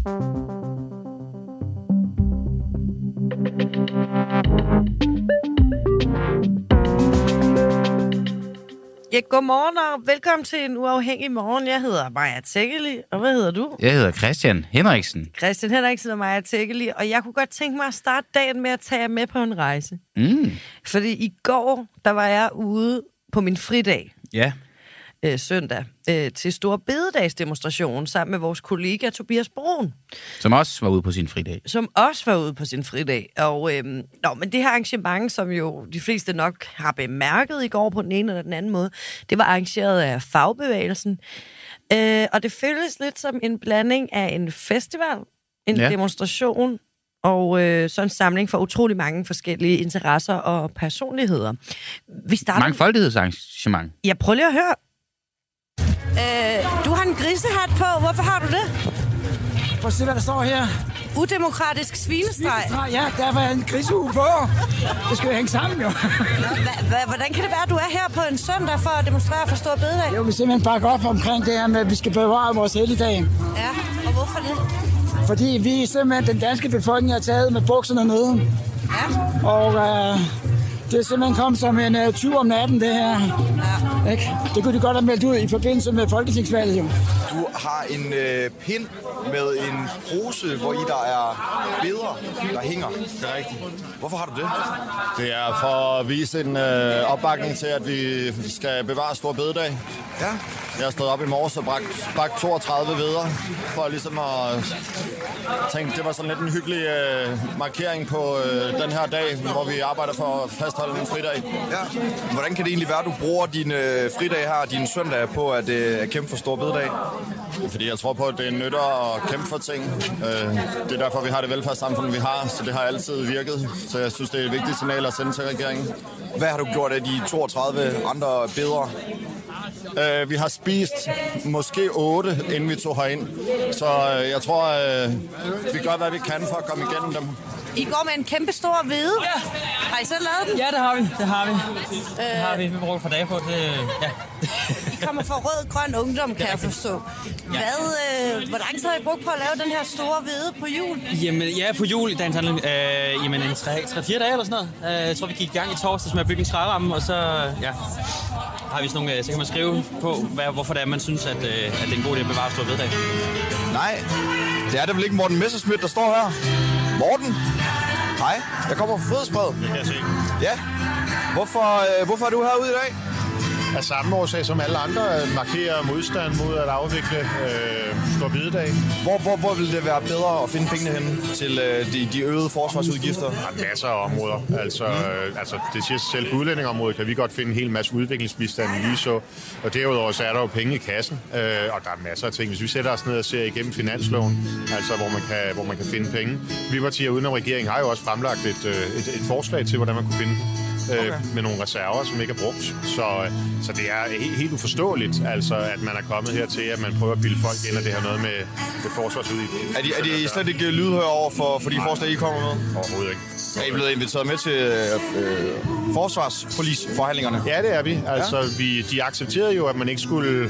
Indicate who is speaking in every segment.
Speaker 1: Ja, godmorgen og velkommen til en uafhængig morgen. Jeg hedder Maja Tekkeli, og hvad hedder du?
Speaker 2: Jeg hedder Christian Henriksen.
Speaker 1: Christian Henriksen og Maja Tekkeli, og jeg kunne godt tænke mig at starte dagen med at tage jer med på en rejse. Fordi i går, der var jeg ude på min fridag.
Speaker 2: Ja.
Speaker 1: Søndag til Store Bededagsdemonstration sammen med vores kollega Tobias Brun.
Speaker 2: Som også var ude på sin fridag. Og men det her arrangement, som jo de fleste nok har bemærket i går på den ene eller den anden måde, det var arrangeret af fagbevægelsen. Og det føles lidt som en blanding af en festival, en demonstration og så en samling for utrolig mange forskellige interesser og personligheder. Mangfoldighedsarrangement.
Speaker 1: Jeg prøver lige at høre. Du har en grisehat på. Hvorfor har du det?
Speaker 3: Prøv at se, hvad der står her.
Speaker 1: Udemokratisk svinestreg.
Speaker 3: Ja, der var en grisehue på. Det skal jo hænge sammen, jo.
Speaker 1: Hvordan kan det være, at du er her på en søndag for at demonstrere for Store Bededag?
Speaker 3: Jo, vi simpelthen bakker op omkring det her med, at vi skal bevare vores helligdag.
Speaker 1: Ja, og hvorfor det?
Speaker 3: Fordi vi simpelthen, den danske befolkning, har taget med bukserne nede.
Speaker 1: Ja.
Speaker 3: Og det er simpelthen kommet som en tyv om natten, det her. Ja. Ikke? Det kunne de godt have meldt ud i forbindelse med folketingsvalget, jo.
Speaker 4: Du har en pind med en pose, hvor i der er billeder, der hænger. Det er rigtigt. Hvorfor har du det?
Speaker 5: Det er for at vise en opbakning til, at vi skal bevare Store Bededag.
Speaker 4: Ja.
Speaker 5: Jeg har stået op i morges og bragt 32 vædder, for ligesom at tænke, det var sådan lidt en hyggelig markering på den her dag, hvor vi arbejder for at fastholde en fridag.
Speaker 4: Ja. Hvordan kan det egentlig være, at du bruger din fridag her, din søndag, på at kæmpe for Store Bededag?
Speaker 5: Fordi jeg tror på, at det nytter at kæmpe for ting. Det er derfor, vi har det velfærdssamfund, vi har, så det har altid virket. Så jeg synes, det er et vigtigt signal at sende til regeringen.
Speaker 4: Hvad har du gjort af de 32 andre billeder?
Speaker 5: Vi har spist måske 8, inden vi tog herind. Så jeg tror, vi gør, hvad vi kan for at komme igennem dem.
Speaker 1: I går med en kæmpe stor hvede. Ja. Har I selv lavet den?
Speaker 6: Ja, det har vi. Vi bruger et par dage på det. Ja.
Speaker 1: I kommer fra rød-grøn ungdom, kan jeg forstå. Ja. Hvor lang tid har I brugt på at lave den her store hvede på jul?
Speaker 6: Jamen, ja, på jul i dagens handling. Jamen, 3-4 dage eller sådan noget. Jeg tror, vi gik i gang i torsdags med at bygge en trærramme, og så har vi sådan nogle, så kan man skrive på, hvorfor det er, man synes, at det er en god idé at bevare Store Bededag.
Speaker 4: Nej, det er det vel ikke Morten Messerschmidt, der står her? Morten? Hej, jeg kommer fra Frihedsbrevet.
Speaker 5: Det kan jeg se.
Speaker 4: Ja. Hvorfor er du herude i dag?
Speaker 5: Af samme årsag som alle andre markerer modstand mod at afvikle Store Bededag.
Speaker 4: Hvor vil det være bedre at finde pengene henne til de øgede forsvarsudgifter?
Speaker 5: Der er masser af områder. Altså, det siger sig selv, på udlændingeområdet kan vi godt finde en hel masse udviklingsbistand lige så. Og derudover så er der jo penge i kassen, og der er masser af ting. Hvis vi sætter os ned og ser igennem finansloven, altså hvor man kan finde penge. Vi partier udenom regeringen har jo også fremlagt et forslag til, hvordan man kunne finde med nogle reserver, som ikke er brugt. Så det er helt uforståeligt, altså, at man er kommet her til, at man prøver at bilde folk ind, og det har noget med forsvarsudgifter.
Speaker 4: Er de slet ikke lydhøre over for de forslag, I kommer med?
Speaker 5: Overhovedet ikke.
Speaker 4: Er I blevet inviteret med til forsvarsforhandlingerne?
Speaker 5: Ja, det er vi. Altså, de accepterede jo, at man ikke skulle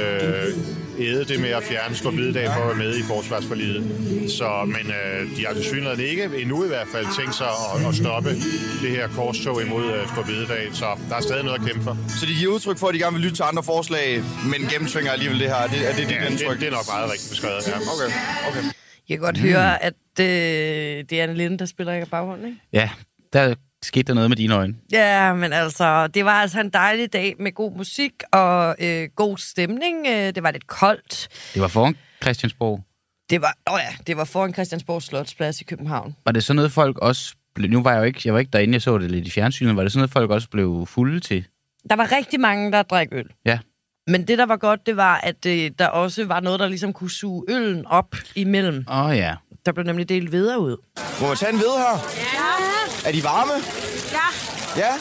Speaker 5: æde det med at fjerne Store Bededag for at være med i forsvarsforliget. Men de har tilsyneladende ikke endnu i hvert fald tænkt sig at stoppe det her korstog imod Store Bededag, så der er stadig noget at kæmpe for. Så de giver udtryk for, at de gerne vil lytte til andre forslag, men gennemtvinger alligevel det her? Er det det er nok meget rigtigt beskrevet. Ja.
Speaker 4: Okay.
Speaker 1: Jeg kan godt høre, at det er Anne Linde, der spiller i baggrunden, ikke?
Speaker 2: Ja, der skete der noget med dine øjne.
Speaker 1: Ja, men altså, det var altså en dejlig dag med god musik og god stemning. Det var lidt koldt.
Speaker 2: Det var foran Christiansborg.
Speaker 1: Det var foran Christiansborg Slotsplads i København.
Speaker 2: Var det sådan noget, folk også blev... Nu var jeg var ikke derinde, jeg så det lidt i fjernsynet. Var det sådan noget, folk også blev fulde til?
Speaker 1: Der var rigtig mange, der drak øl.
Speaker 2: Ja.
Speaker 1: Men det, der var godt, det var, at der også var noget, der ligesom kunne suge øllen op imellem.
Speaker 2: Ja.
Speaker 1: Der blev nemlig delt vædder ud.
Speaker 4: Må man tage en vædde her?
Speaker 7: Ja.
Speaker 4: Er de varme?
Speaker 7: Ja.
Speaker 4: Ja?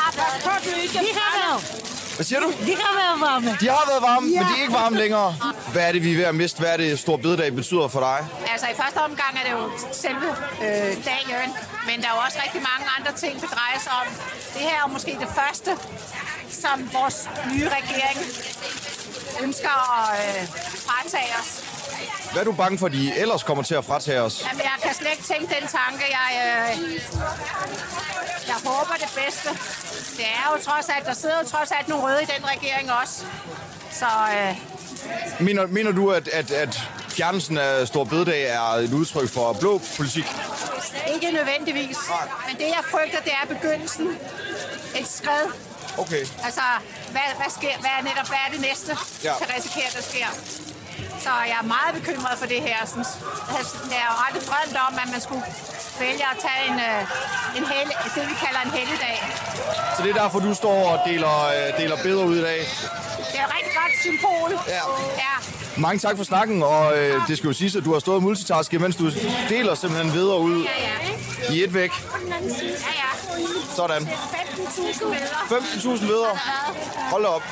Speaker 7: De har været.
Speaker 4: Hvad siger du?
Speaker 7: De har været varme.
Speaker 4: De har været varme, men de er ikke varme længere. Hvad er det, vi er ved at miste? Hvad er det, Store Bededag betyder for dig?
Speaker 7: Altså, i første omgang er det jo selve dagen, men der er jo også rigtig mange andre ting, det drejer sig om. Det her er måske det første, som vores nye regering ønsker at fratage os.
Speaker 4: Hvad er du bange for, de ellers kommer til at fratage os?
Speaker 7: Jamen, jeg kan slet ikke tænke den tanke. Jeg håber det bedste. Det er jo trods alt, der sidder jo trods alt nogle røde i den regering også. Så...
Speaker 4: Mener du, at fjernelsen af Store Bededag er et udtryk for blå politik?
Speaker 7: Ikke nødvendigvis. Men det, jeg frygter, det er begyndelsen. Et skred.
Speaker 4: Okay.
Speaker 7: Altså, hvad sker? Hvad er det næste, kan risikere, der sker? Så jeg er meget bekymret for det her. Jeg har jo aldrig drømt om, at man skulle vælge at tage det, vi kalder en helligdag.
Speaker 4: Så det er derfor, du står og deler billeder ud i dag?
Speaker 7: Det er et rigtig godt symbol. Ja.
Speaker 4: Mange tak for snakken, og det skal jo siges, at du har stået og multitasket, mens du deler simpelthen videre ud i et væk.
Speaker 7: Ja.
Speaker 4: Sådan.
Speaker 7: 15.000 billeder.
Speaker 4: 15.000 billeder? Hold da op.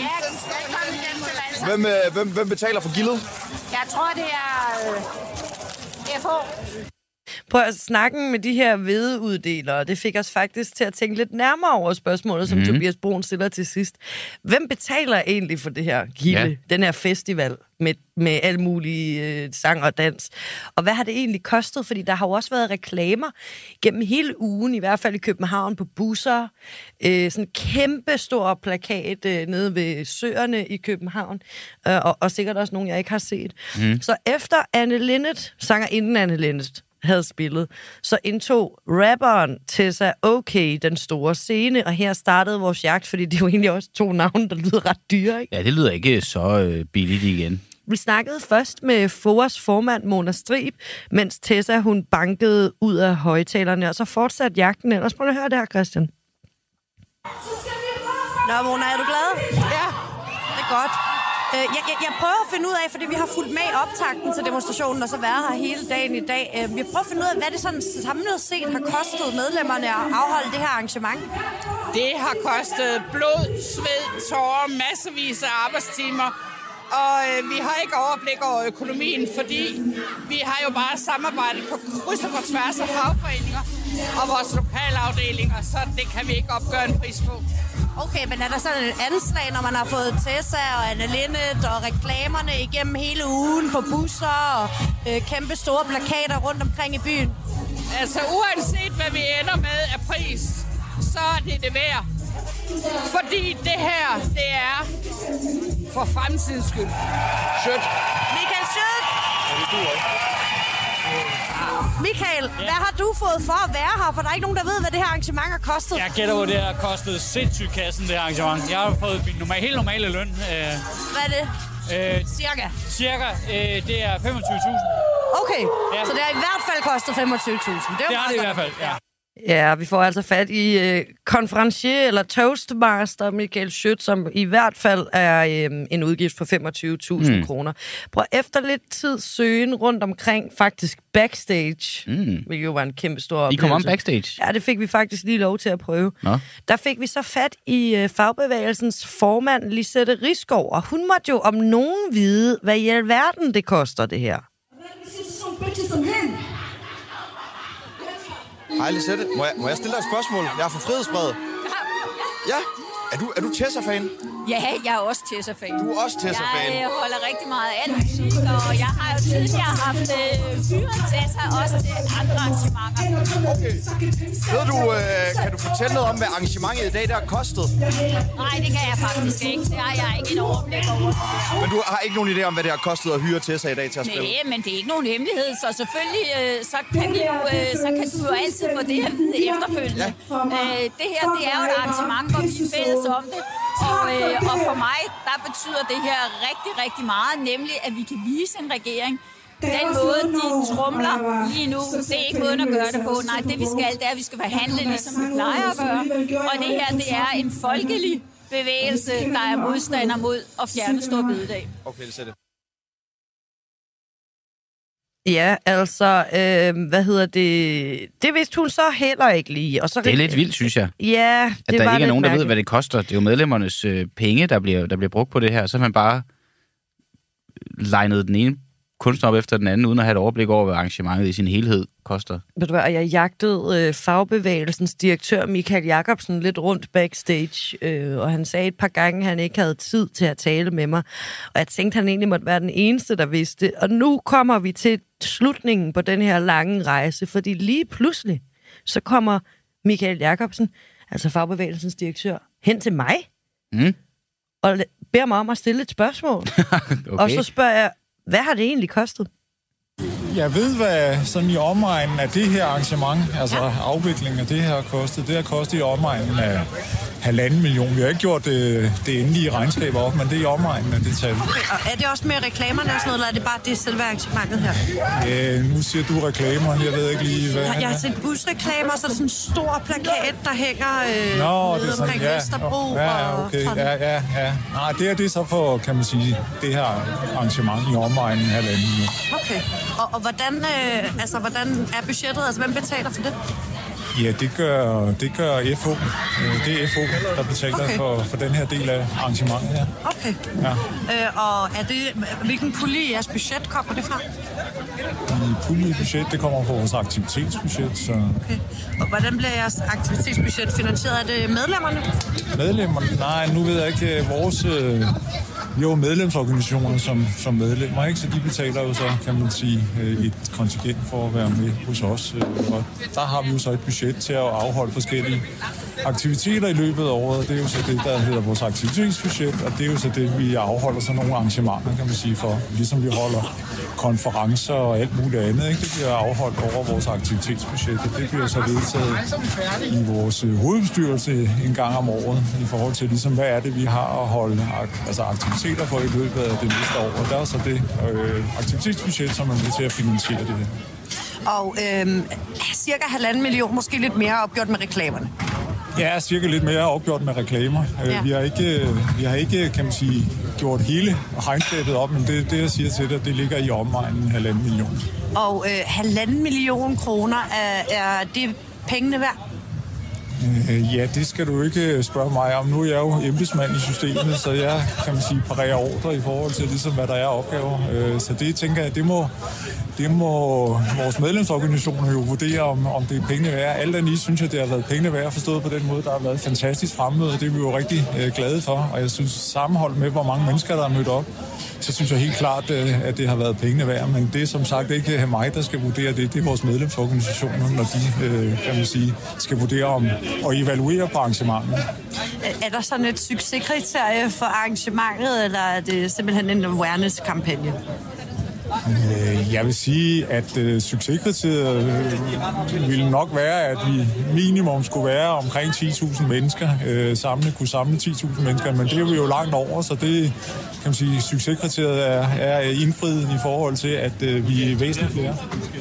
Speaker 4: Hvem betaler for gildet?
Speaker 7: Jeg tror, det er FH.
Speaker 2: På at snakke med de her hvedeuddelere, det fik os faktisk til at tænke lidt nærmere over spørgsmålet, som Tobias Bruun stiller til sidst. Hvem betaler egentlig for det her gilde, den her festival med alle mulige sang og dans? Og hvad har det egentlig kostet? Fordi der har jo også været reklamer gennem hele ugen, i hvert fald i København på busser. Sådan en kæmpe stor plakat nede ved søerne i København. Og sikkert også nogen, jeg ikke har set. Så efter Anne Linnet, sangerinden Anne Linnet, havde spillet, så indtog rapperen Tessa Okay den store scene, og her startede vores jagt, fordi det er jo egentlig også 2 navne, der lyder ret dyre, ikke?
Speaker 8: Ja, det lyder ikke så billigt igen.
Speaker 2: Vi snakkede først med FOAs formand Mona Strib, mens Tessa hun bankede ud af højtalerne, og så fortsatte jagten ellers. Prøv at høre det her, Christian. Nå, Mona, er du glad? Ja, det er godt. Jeg prøver at finde ud af, fordi vi har fulgt med i optakten til demonstrationen, og så været her hele dagen i dag. Vi prøver at finde ud af, hvad det sådan samlet set har kostet medlemmerne at afholde det her arrangement.
Speaker 9: Det har kostet blod, sved, tårer, masservis af arbejdstimer. Og vi har ikke overblik over økonomien, fordi vi har jo bare samarbejdet på kryds og på tværs af fagforeninger og vores lokalafdelinger, så det kan vi ikke opgøre en pris på.
Speaker 2: Okay, men er der sådan et anslag, når man har fået Tessa og Anne Linnet og reklamerne igennem hele ugen på busser og kæmpe store plakater rundt omkring i byen?
Speaker 9: Altså, uanset hvad vi ender med af pris, så er det værd. Fordi det her, det er for fremtidens skyld.
Speaker 4: Schødt.
Speaker 2: Michael Schødt! Michael, hvad har du fået for at være her? For der er ikke nogen, der ved, hvad det her arrangement har kostet.
Speaker 10: Jeg gætter på, det har kostet sindssygt kassen, det her arrangement. Jeg har fået min helt normale løn.
Speaker 2: Hvad er det? Cirka?
Speaker 10: Cirka. Det er 25.000.
Speaker 2: Okay, så det har i hvert fald kostet 25.000.
Speaker 10: Det har det i hvert fald, ja.
Speaker 2: Ja, vi får altså fat i konferencier eller toastmaster Michael Schødt, som i hvert fald er en udgift for 25.000 kroner. Prøv efter lidt tid søgen rundt omkring, faktisk backstage, hvilket jo var en kæmpe stor oplevelse.
Speaker 8: I kom om backstage?
Speaker 2: Ja, det fik vi faktisk lige lov til at prøve.
Speaker 8: Nå.
Speaker 2: Der fik vi så fat i fagbevægelsens formand, Lisette Risgaard, og hun måtte jo om nogen vide, hvad i alverden det koster, det her.
Speaker 4: Hej, Lisette. Må jeg stille dig et spørgsmål? Jeg er fra Frihedsbrevet. Ja. Er du Tessa-fan?
Speaker 11: Ja, jeg er også Tessa-fan.
Speaker 4: Du er også Tessa-fan?
Speaker 11: Jeg holder rigtig meget af alt musik, og jeg har jo tidligere haft fyret Tessa også til andre arrangementer.
Speaker 4: Okay. Ved du, kan du fortælle noget om, hvad arrangementet i dag der har kostet?
Speaker 11: Nej, det kan jeg faktisk ikke. Det har jeg ikke et overblik over.
Speaker 4: Men du har ikke nogen idé om, hvad det har kostet at hyre Tessa i dag til at spille?
Speaker 11: Nej, men det er ikke nogen hemmelighed, så selvfølgelig så kan du jo altid få det at vide efterfølgende. Ja. Det her, det er jo et arrangement, hvor vi er fælles om det. Og for mig, der betyder det her rigtig, rigtig meget, nemlig at vi kan vise en regering. Den måde, de tromler lige nu, det er ikke måden at gøre det på. Nej, det vi skal, det er, at vi skal forhandle, ligesom vi plejer at gøre. Og det her, det er en folkelig bevægelse, der er modstander mod at fjerne Store Bededag.
Speaker 4: Okay, det sætter.
Speaker 2: Ja, altså, hvad hedder det? Det vidste hun så heller ikke lige. Og så
Speaker 8: det er lidt vildt, synes jeg.
Speaker 2: Ja, det
Speaker 8: at der
Speaker 2: var
Speaker 8: ikke er nogen, der ved,
Speaker 2: mærkeligt.
Speaker 8: hvad det koster. Det er jo medlemmernes penge, der bliver brugt på det her. Så har man bare legnet den ene kunstner op efter den anden, uden at have et overblik over, hvad arrangementet i sin helhed koster.
Speaker 2: Ved du hvad, og jeg jagtede fagbevægelsens direktør Michael Jacobsen lidt rundt backstage, og han sagde et par gange, at han ikke havde tid til at tale med mig. Og jeg tænkte, han egentlig måtte være den eneste, der vidste. Og nu kommer vi til slutningen på den her lange rejse, fordi lige pludselig, så kommer Michael Jacobsen, altså fagbevægelsens direktør, hen til mig, og beder mig om at stille et spørgsmål. Okay. Og så spørger jeg, hvad har det egentlig kostet?
Speaker 12: Jeg ved, hvad sådan i omegnen af det her arrangement, altså afviklingen af det her har kostet. Det har kostet i omegnen af 1,5 million. Vi har ikke gjort det endelige regnskab op, men det er i omegnen af det tal.
Speaker 2: Okay, og er det også med reklamerne og sådan noget, eller er det bare det selve arrangementet her?
Speaker 12: Nu siger du reklamer. Jeg ved ikke lige, hvad...
Speaker 2: Jeg har set busreklamer, så er der sådan en stor plakat, der hænger nede omkring Vesterbro.
Speaker 12: Ja, okay. Ja. Nej, det er så for, kan man sige, det her arrangement i omegnen af 1,5 million.
Speaker 2: Okay. Og hvordan er budgettet? Altså, hvem betaler for det?
Speaker 12: Ja, det gør FH. Det er FH, der betaler for den her del af arrangementet her.
Speaker 2: Okay. Ja. Og er det, hvilken pulje i jeres budget kommer det fra?
Speaker 12: Puljebudget, det kommer fra vores aktivitetsbudget. Så...
Speaker 2: Okay. Og hvordan bliver jeres aktivitetsbudget finansieret? Er det medlemmerne?
Speaker 12: Medlemmerne? Nej, nu ved jeg ikke. Vores... Jo, medlemsorganisationer som medlemmer, ikke? Så de betaler jo så, kan man sige, et kontingent for at være med hos os. Og der har vi jo så et budget til at afholde forskellige aktiviteter i løbet af året. Det er jo så det, der hedder vores aktivitetsbudget, og det er jo så det, vi afholder sådan nogle arrangementer, kan man sige, for. Ligesom vi holder konferencer og alt muligt andet, ikke? Det bliver afholdt over vores aktivitetsbudget, og det bliver så vedtaget i vores hovedbestyrelse en gang om året, i forhold til ligesom, hvad er det, vi har at holde aktiviteter for i løbet af det næste år. Og der er så det aktivitetsbudget, som man bliver til at finansiere det her.
Speaker 2: Og cirka 1,5 million, måske lidt mere opgjort med reklamerne.
Speaker 12: Ja, cirka lidt mere opgjort med reklamer. Ja. Vi har ikke, kan man sige, gjort hele regnskabet op, men det jeg siger til dig, det ligger i omegnen 1,5 million.
Speaker 2: Og 1,5 million kroner, er det pengene værd?
Speaker 12: Ja, det skal du ikke spørge mig om. Nu er jeg jo embedsmand i systemet, så jeg, kan man sige, parerer ordre i forhold til ligesom, hvad der er opgaver. Så det tænker jeg, det må vores medlemsorganisationer jo vurdere, om det er pengene værd. Alt andet synes jeg, det har været pengene værd, forstået på den måde. Der har været et fantastisk fremmøde, og det er vi jo rigtig glade for. Og jeg synes, sammenholdt med, hvor mange mennesker, der er mødt op, så synes jeg helt klart, at det har været pengene værd. Men det er som sagt ikke mig, der skal vurdere det. Det er vores medlemsorganisationer, når de, kan man sige, skal vurdere om og evaluere på arrangementet.
Speaker 2: Er der sådan et succeskriterie for arrangementet, eller er det simpelthen en awareness-kampagne?
Speaker 12: Jeg vil sige, at succeskriteriet ville nok være, at vi minimum skulle være omkring 10.000 mennesker, kunne samle 10.000 mennesker, men det er vi jo langt over, så det, kan man sige, succeskriteriet er indfriet i forhold til, at vi er væsentligt flere.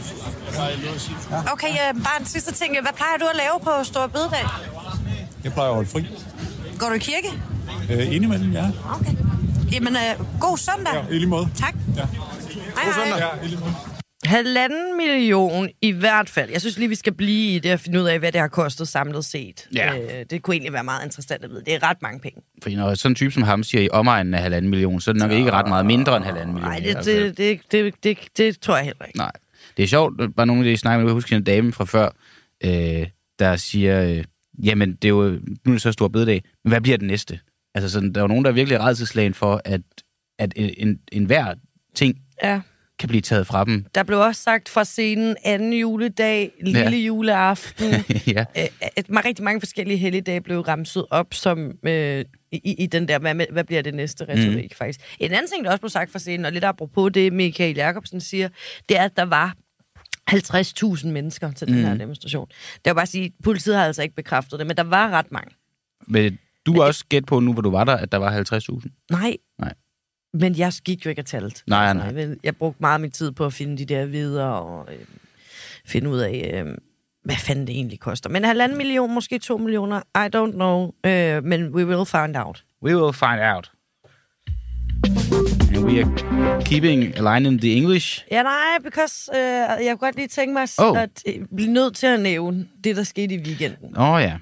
Speaker 2: Okay, bare en sidste ting. Hvad plejer du at lave på Store Bededag?
Speaker 12: Jeg plejer at holde fri.
Speaker 2: Går du i kirke?
Speaker 12: Indimellem, ja.
Speaker 2: Okay. Jamen, god søndag.
Speaker 12: Ja, i lige måde.
Speaker 2: Tak.
Speaker 12: Ja.
Speaker 2: God søndag.
Speaker 12: Ja, i lige måde.
Speaker 2: 1,5 million i hvert fald. Jeg synes lige, vi skal blive i det og finde ud af, hvad det har kostet samlet set. Ja. Det kunne egentlig være meget interessant at vide. Det er ret mange penge.
Speaker 8: For når sådan en type som ham siger i omegnen af 1,5 million, så er det nok ikke ret meget mindre end 1,5 million.
Speaker 2: Nej, det tror jeg heller ikke.
Speaker 8: Nej. Det er sjovt, bare nogle af de snakker, jeg husker en dame fra før, der siger, jamen det er jo nu er det så stor bededag, men hvad bliver det næste? Altså sådan, der er jo nogen, der er virkelig rædselsslagen for, at en hver ting kan blive taget fra dem. Der blev også sagt fra scenen anden juledag, lille juleaften. Rigtig mange forskellige helligdage blev ramset op som i den der, hvad bliver det næste retorik faktisk. En anden ting, der også blev sagt fra scenen, og lidt apropos det, Michael Jacobsen siger, det er, at der var 50.000 mennesker til den her demonstration. Det var bare at sige, at politiet har altså ikke bekræftet det, men der var ret mange. Men du også gæt på nu, hvor du var der, at der var 50.000?
Speaker 2: Nej. Men jeg gik jo ikke at talt.
Speaker 8: Nej.
Speaker 2: Jeg brugte meget af min tid på at finde de der videre og finde ud af, hvad fanden det egentlig koster. Men 1,5 million, måske 2 millioner, I don't know. Men we will find out.
Speaker 8: We will find out. And we are keeping a line in the English.
Speaker 2: Ja, nej, because jeg kunne godt lige tænke mig at blive nødt til at nævne det, der skete i weekenden.
Speaker 8: Ja.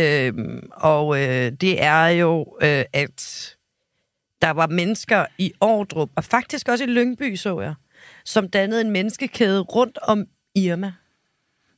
Speaker 2: Det er jo, at der var mennesker i Ordrup, og faktisk også i Lyngby, så jeg, som dannede en menneskekæde rundt om Irma.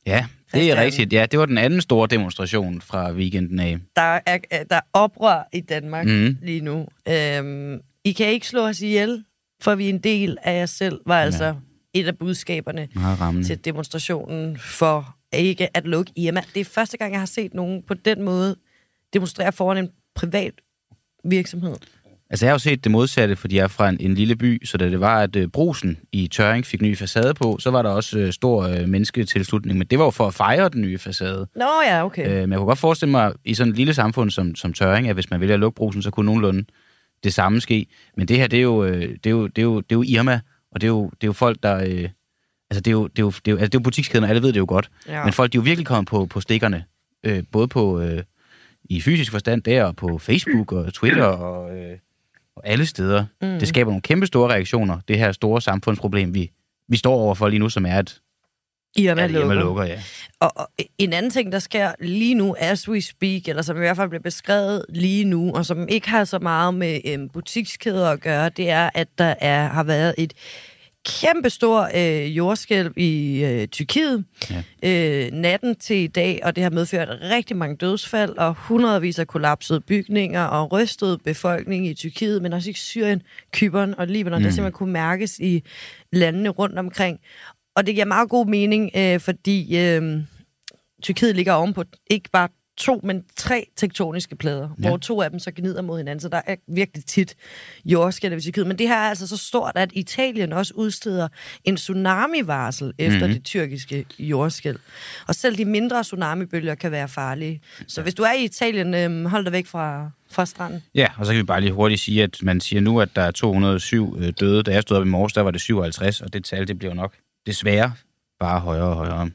Speaker 8: Ja, det er rigtigt. Ja, det var den anden store demonstration fra weekenden af.
Speaker 2: Der er oprør i Danmark lige nu. I kan ikke slå os ihjel, for vi er en del af jer selv, var altså et af budskaberne til demonstrationen for ikke at lukke Irma. Det er første gang, jeg har set nogen på den måde demonstrere foran en privat virksomhed.
Speaker 8: Altså, jeg har jo set det modsatte, fordi jeg er fra en lille by, så da det var, at Brugsen i Tørring fik ny facade på, så var der også stor mennesketilslutning, men det var jo for at fejre den nye facade.
Speaker 2: Nå ja, okay.
Speaker 8: Men jeg kunne godt forestille mig, i sådan et lille samfund som Tørring, at hvis man vælger at lukke Brugsen, så kunne nogenlunde det samme ske. Men det her, det er jo Irma, og det er jo folk, der... det er jo butikskæden, og alle ved det jo godt. Ja. Men folk, de er jo virkelig kommet på stikkerne. Både på... i fysisk forstand der, og på Facebook og Twitter og alle steder. Det skaber nogle kæmpe store reaktioner, det her store samfundsproblem, vi står overfor lige nu, som er et
Speaker 2: Irma lukker.
Speaker 8: Ja.
Speaker 2: Og en anden ting, der sker lige nu, as we speak, eller som i hvert fald bliver beskrevet lige nu, og som ikke har så meget med butikskæder at gøre, det er, at der har været et kæmpestor jordskælv i Tyrkiet natten til i dag, og det har medført rigtig mange dødsfald og hundredvis af kollapsede bygninger og rystet befolkning i Tyrkiet, men også i Syrien, Cypern og Libanon. Det simpelthen kunne mærkes i landene rundt omkring. Og det giver meget god mening, fordi Tyrkiet ligger ovenpå ikke bare 2, men 3 tektoniske plader, hvor 2 af dem så gnider mod hinanden, så der er virkelig tit jordskælv i Tyrkiet. Men det her er altså så stort, at Italien også udsteder en tsunami-varsel efter det tyrkiske jordskælv. Og selv de mindre tsunamibølger kan være farlige. Så hvis du er i Italien, hold dig væk fra stranden.
Speaker 8: Ja, og så kan vi bare lige hurtigt sige, at man siger nu, at der er 207 døde. Da jeg stod op i morges, der var det 57, og det tal, det bliver nok desværre bare højere og højere.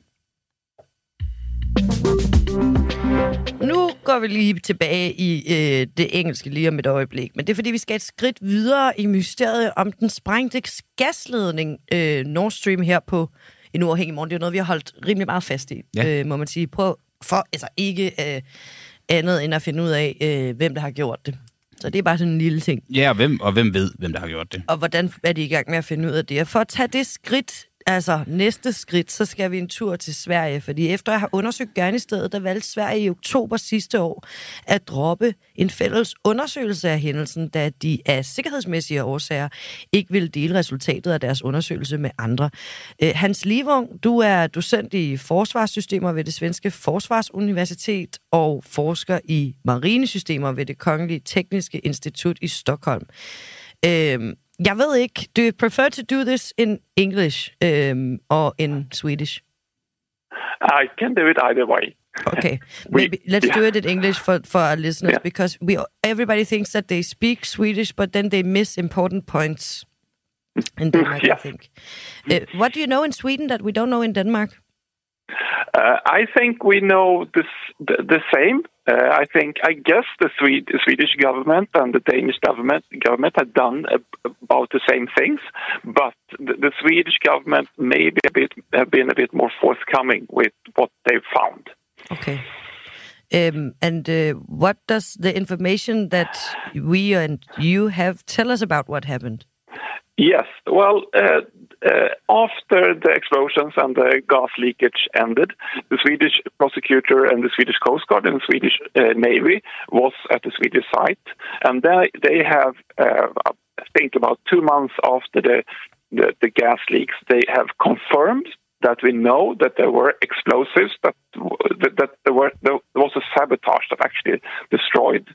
Speaker 2: Nu går vi lige tilbage i det engelske lige om et øjeblik, men det er fordi, vi skal et skridt videre i mysteriet om den sprængte gasledning Nord Stream her på En Uafhængig Morgen. Det er noget, vi har holdt rimelig meget fast i, må man sige, altså ikke andet end at finde ud af, hvem der har gjort det. Så det er bare sådan en lille ting.
Speaker 8: Ja, og hvem ved, hvem der har gjort det.
Speaker 2: Og hvordan er de i gang med at finde ud af det? Og for at tage det skridt, altså næste skridt, så skal vi en tur til Sverige, fordi efter at have undersøgt gerningsstedet, der valgte Sverige i oktober sidste år at droppe en fælles undersøgelse af hændelsen, da de af sikkerhedsmæssige årsager ikke ville dele resultatet af deres undersøgelse med andre. Hans Livung, du er docent i forsvarssystemer ved det svenske Forsvarsuniversitet og forsker i marinesystemer ved det Kongelige Tekniske Institut i Stockholm. Jeg ved ikke, do you prefer to do this in English or in Swedish?
Speaker 13: I can do it either way.
Speaker 2: Okay, maybe let's do it in English for our listeners, because everybody thinks that they speak Swedish, but then they miss important points in Denmark, I think. What do you know in Sweden that we don't know in Denmark?
Speaker 13: I think we know the same. I guess the Swedish government and the Danish government have done about the same things, but the Swedish government maybe have been a bit more forthcoming with what they've found.
Speaker 2: Okay. And what does the information that we and you have tell us about what happened?
Speaker 13: Yes, well, after the explosions and the gas leakage ended, the Swedish prosecutor and the Swedish Coast Guard and the Swedish Navy was at the Swedish site, and they have, I think about 2 months after the gas leaks, they have confirmed that we know that there were explosives, that there was a sabotage that actually destroyed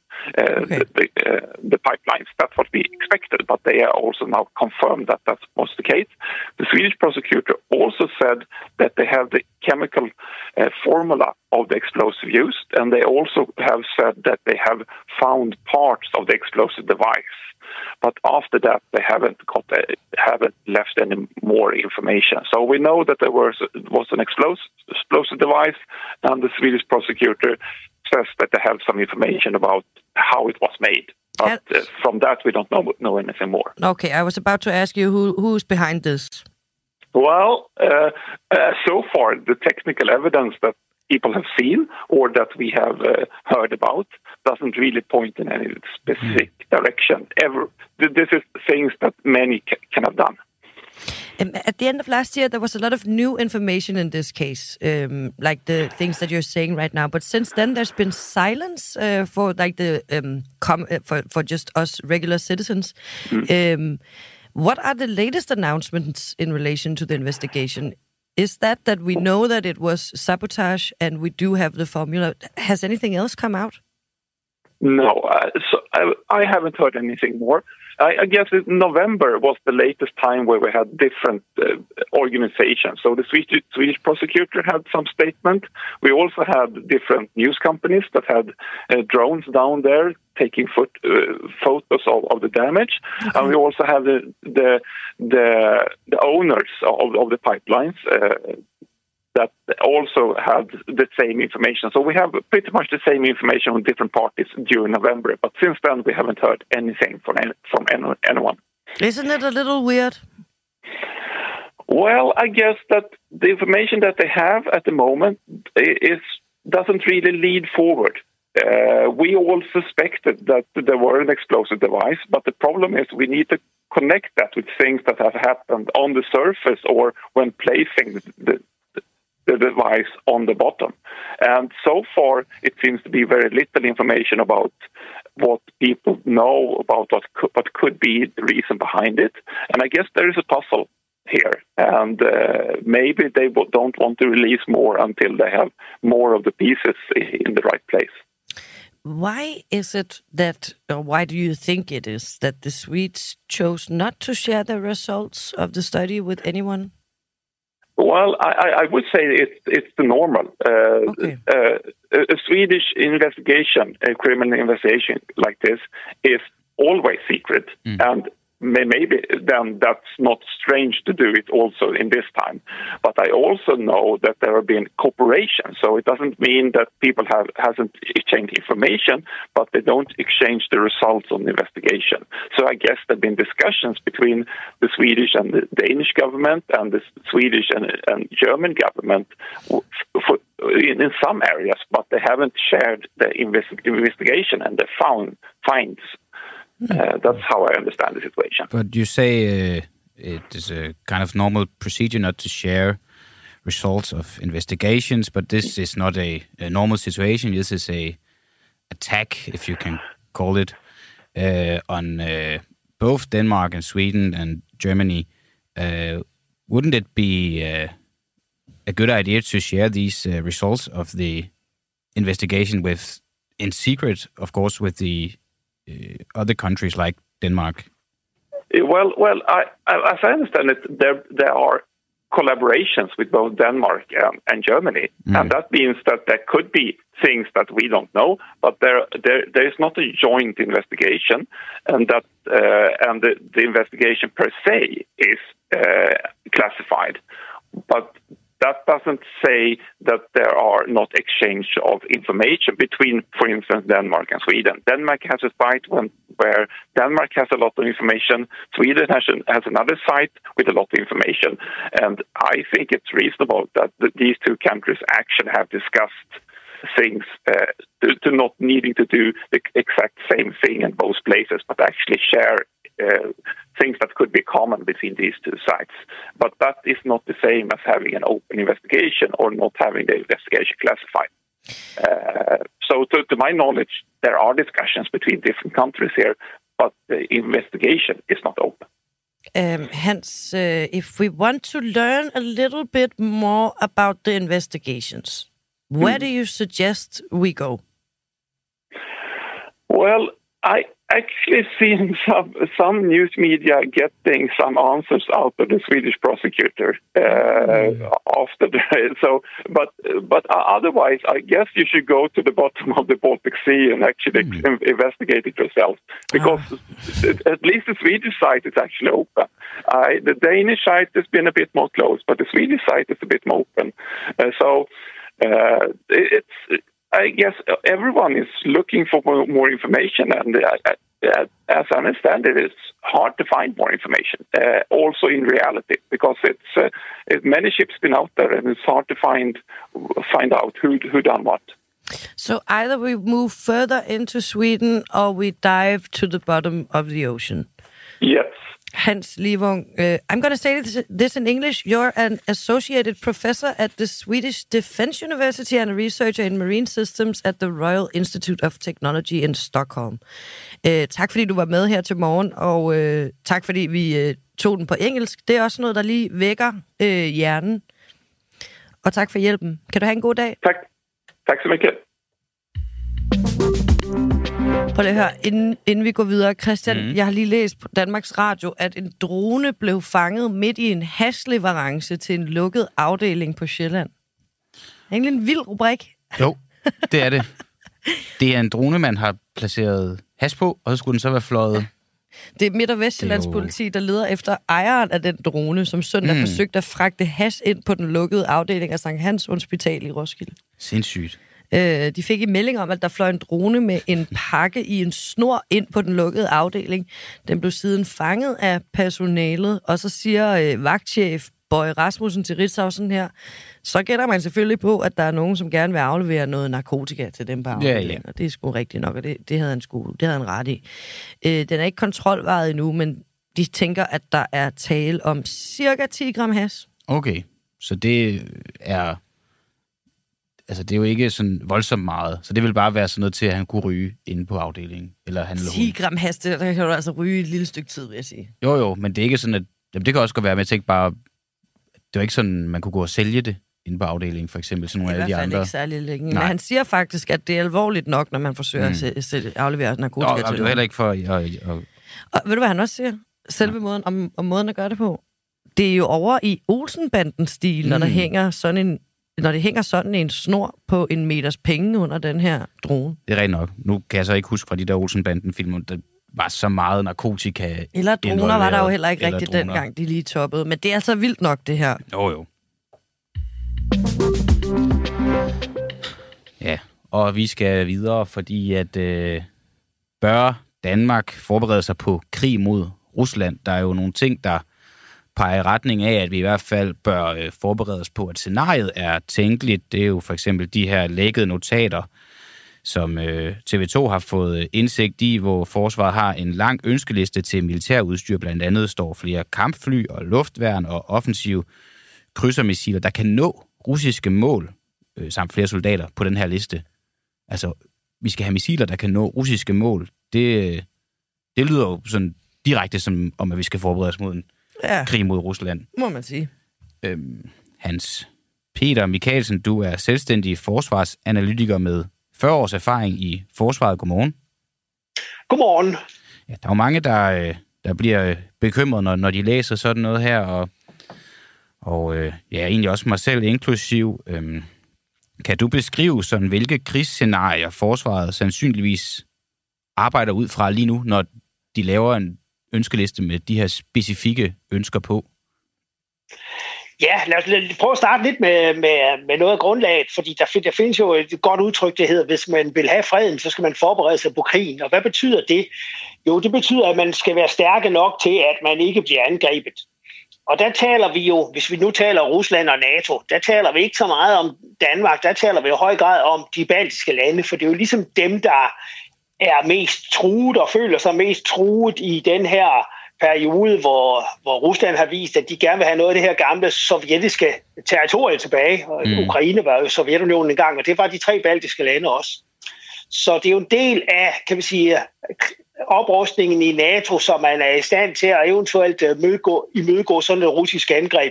Speaker 13: the pipelines. That's what we expected, but they are also now confirmed that that was the case. The Swedish prosecutor also said that they have the chemical formula of the explosive used, and they also have said that they have found parts of the explosive device. But after that, they haven't left any more information. So we know that there was an explosive device, and the Swedish prosecutor says that they have some information about how it was made. But from that, we don't know anything more.
Speaker 2: Okay, I was about to ask you who's behind this.
Speaker 13: Well, so far, the technical evidence that people have seen or that we have heard about doesn't really point in any specific direction ever. This is things that many can have done.
Speaker 2: At the end of last year, there was a lot of new information in this case, like the things that you're saying right now. But since then, there's been silence for like the for just us regular citizens. What are the latest announcements in relation to the investigation? Is that we know that it was sabotage and we do have the formula? Has anything else come out?
Speaker 13: No, I haven't heard anything more. I guess November was the latest time where we had different organizations. So the Swedish prosecutor had some statement. We also had different news companies that had drones down there taking photos of the damage. Okay. And we also have the owners of the pipelines that also had the same information. So we have pretty much the same information on different parties during November. But since then, we haven't heard anything from anyone.
Speaker 2: Isn't it a little weird?
Speaker 13: Well, I guess that the information that they have at the moment doesn't really lead forward. We all suspected that there were an explosive device, but the problem is we need to connect that with things that have happened on the surface or when placing the device on the bottom. And so far, it seems to be very little information about what people know about what could be the reason behind it. And I guess there is a puzzle here. And maybe they don't want to release more until they have more of the pieces in the right place.
Speaker 2: Why is it that, or why do you think it is that the Swedes chose not to share the results of the study with anyone?
Speaker 13: Well, I would say it's the normal. Okay. A Swedish investigation, a criminal investigation like this, is always secret. And maybe then that's not strange to do it also in this time. But I also know that there have been cooperation. So it doesn't mean that people hasn't exchanged information, but they don't exchange the results on the investigation. So I guess there have been discussions between the Swedish and the Danish government and the Swedish and German government in some areas, but they haven't shared the investigation and the finds. That's how I understand the situation.
Speaker 8: But you say it is a kind of normal procedure not to share results of investigations, but this is not a normal situation. This is a attack, if you can call it, on both Denmark and Sweden and Germany. Wouldn't it be a good idea to share these results of the investigation in secret, of course, with the other countries like Denmark?
Speaker 13: Well, as I understand it, there are collaborations with both Denmark and Germany, and that means that there could be things that we don't know, but there is not a joint investigation, and that and the investigation per se is classified, but that doesn't say that there are not exchange of information between, for instance, Denmark and Sweden. Denmark has a site where Denmark has a lot of information. Sweden has another site with a lot of information. And I think it's reasonable that these two countries actually have discussed things to not needing to do the exact same thing in both places, but actually share things that could be common between these two sites. But that is not the same as having an open investigation or not having the investigation classified. So to my knowledge, there are discussions between different countries here, but the investigation is not open.
Speaker 2: Hans, if we want to learn a little bit more about the investigations, where do you suggest we go?
Speaker 13: Well, I actually seen some news media getting some answers out of the Swedish prosecutor after but otherwise, I guess you should go to the bottom of the Baltic Sea and actually investigate it yourself, because at least the Swedish site is actually open. The Danish site has been a bit more closed, but the Swedish site is a bit more open. I guess everyone is looking for more information, and as I understand it, it's hard to find more information, also in reality, because it's many ships been out there, and it's hard to find out who done what.
Speaker 2: So either we move further into Sweden or we dive to the bottom of the ocean.
Speaker 13: Yes.
Speaker 2: Hans Livung, I'm going to say this in English. You're an associated professor at the Swedish Defence University and a researcher in marine systems at the Royal Institute of Technology in Stockholm. Tak fordi du var med her til morgen, og tak fordi vi tog den på engelsk. Det er også noget, der lige vækker hjernen. Og tak for hjælpen. Kan du have en god dag?
Speaker 13: Tak. Tak så mycket.
Speaker 2: Prøv lige at høre, inden vi går videre. Christian, jeg har lige læst på Danmarks Radio, at en drone blev fanget midt i en hashleverance til en lukket afdeling på Sjælland. Egentlig en vild rubrik.
Speaker 8: Jo, det er det. Det er en drone, man har placeret hash på, og så skulle den så være fløjet.
Speaker 2: Det er Midt- og Vestjyllands politi, der leder efter ejeren af den drone, som søndag forsøgte at fragte hash ind på den lukkede afdeling af Sankt Hans Hospital i Roskilde.
Speaker 8: Sindssygt.
Speaker 2: De fik en melding om, at der fløj en drone med en pakke i en snor ind på den lukkede afdeling. Den blev siden fanget af personalet, og så siger vagtchef Bøje Rasmussen til Ritzau sådan her, så gætter man selvfølgelig på, at der er nogen, som gerne vil aflevere noget narkotika til dem på afdelingen. Ja. Og det er sgu rigtigt nok, og det havde han ret i. Den er ikke kontrolvaret endnu, men de tænker, at der er tale om cirka 10 gram hash.
Speaker 8: Okay, så det er... Altså, det er jo ikke sådan voldsomt meget. Så det vil bare være sådan noget til, at han kunne ryge inde på afdelingen. Eller han
Speaker 2: 10 gram hash, der kan du altså ryge et lille stykke tid, vil jeg sige.
Speaker 8: Jo, men det er ikke sådan, at... Jamen, det kan også godt være, men jeg tænker bare... Det var ikke sådan, man kunne gå og sælge det inde på afdelingen, for eksempel. Sådan nogle af de andre.
Speaker 2: I hvert fald ikke særlig længe. Men han siger faktisk, at det er alvorligt nok, når man forsøger at aflevere narkotika til det.
Speaker 8: Det var heller ikke for...
Speaker 2: Og ved du, hvad han også siger? Selve måden, om måden at gøre det på. Det er jo over i Olsen-banden-stil, når der hænger sådan en snor på 1 meters penge under den her drone.
Speaker 8: Det er rigtigt nok. Nu kan jeg så ikke huske fra de der Olsen-banden-film, der var så meget narkotika.
Speaker 2: Eller droner var der jo heller ikke rigtigt dengang, de lige toppede. Men det er altså vildt nok, det her.
Speaker 8: Jo. Ja, og vi skal videre, fordi at bør Danmark forberede sig på krig mod Rusland? Der er jo nogle ting, der peger i retning af, at vi i hvert fald bør forberede os på, at scenariet er tænkeligt. Det er jo for eksempel de her lækkede notater, som TV2 har fået indsigt i, hvor forsvaret har en lang ønskeliste til militærudstyr. Blandt andet står flere kampfly og luftværn og offensive krydsermissiler, der kan nå russiske mål, samt flere soldater på den her liste. Altså, vi skal have missiler, der kan nå russiske mål. Det lyder jo sådan direkte som om, at vi skal forberede os mod en krig mod Rusland.
Speaker 2: Må man sige.
Speaker 8: Hans Peter Mikkelsen, du er selvstændig forsvarsanalytiker med 40 års erfaring i forsvaret. Godmorgen.
Speaker 14: Godmorgen.
Speaker 8: Ja, der er jo mange, der bliver bekymret, når de læser sådan noget her, og egentlig også mig selv inklusiv. Kan du beskrive sådan, hvilke krigsscenarier forsvaret sandsynligvis arbejder ud fra lige nu, når de laver en ønskeliste med de her specifikke ønsker på?
Speaker 14: Ja, lad os prøve at starte lidt med noget af grundlaget, fordi der findes jo et godt udtryk, der hedder, hvis man vil have freden, så skal man forberede sig på krigen. Og hvad betyder det? Jo, det betyder, at man skal være stærke nok til, at man ikke bliver angrebet. Og der taler vi jo, hvis vi nu taler Rusland og NATO, der taler vi ikke så meget om Danmark, der taler vi i høj grad om de baltiske lande, for det er jo ligesom dem, der er mest truet og føler sig mest truet i den her periode, hvor Rusland har vist, at de gerne vil have noget af det her gamle sovjetiske territorie tilbage. Og Ukraine var jo Sovjetunionen engang, og det var de 3 baltiske lande også. Så det er jo en del af, kan vi sige, oprustningen i NATO, så man er i stand til at eventuelt imødegå sådan et russisk angreb.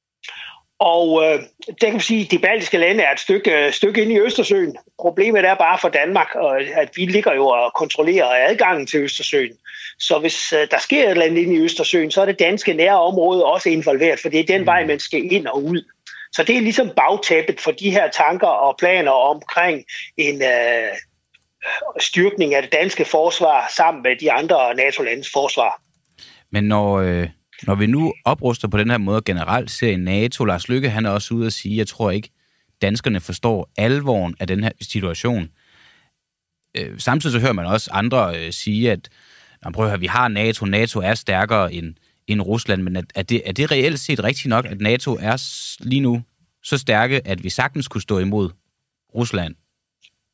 Speaker 14: Og der kan vi sige, at de baltiske lande er et stykke inde i Østersøen. Problemet er bare for Danmark, at vi ligger jo og kontrollerer adgangen til Østersøen. Så hvis der sker et eller andet inde i Østersøen, så er det danske nære område også involveret, for det er den vej, man skal ind og ud. Så det er ligesom bagtæppet for de her tanker og planer omkring en styrkning af det danske forsvar sammen med de andre NATO-landes forsvar.
Speaker 8: Men når vi nu opruster på den her måde generelt ser i NATO, Lars Løkke, han er også ude at sige, jeg tror ikke, danskerne forstår alvoren af den her situation. Samtidig så hører man også andre sige, at prøv at høre, vi har NATO, NATO er stærkere end Rusland, men er det reelt set rigtigt nok, at NATO er lige nu så stærke, at vi sagtens kunne stå imod Rusland?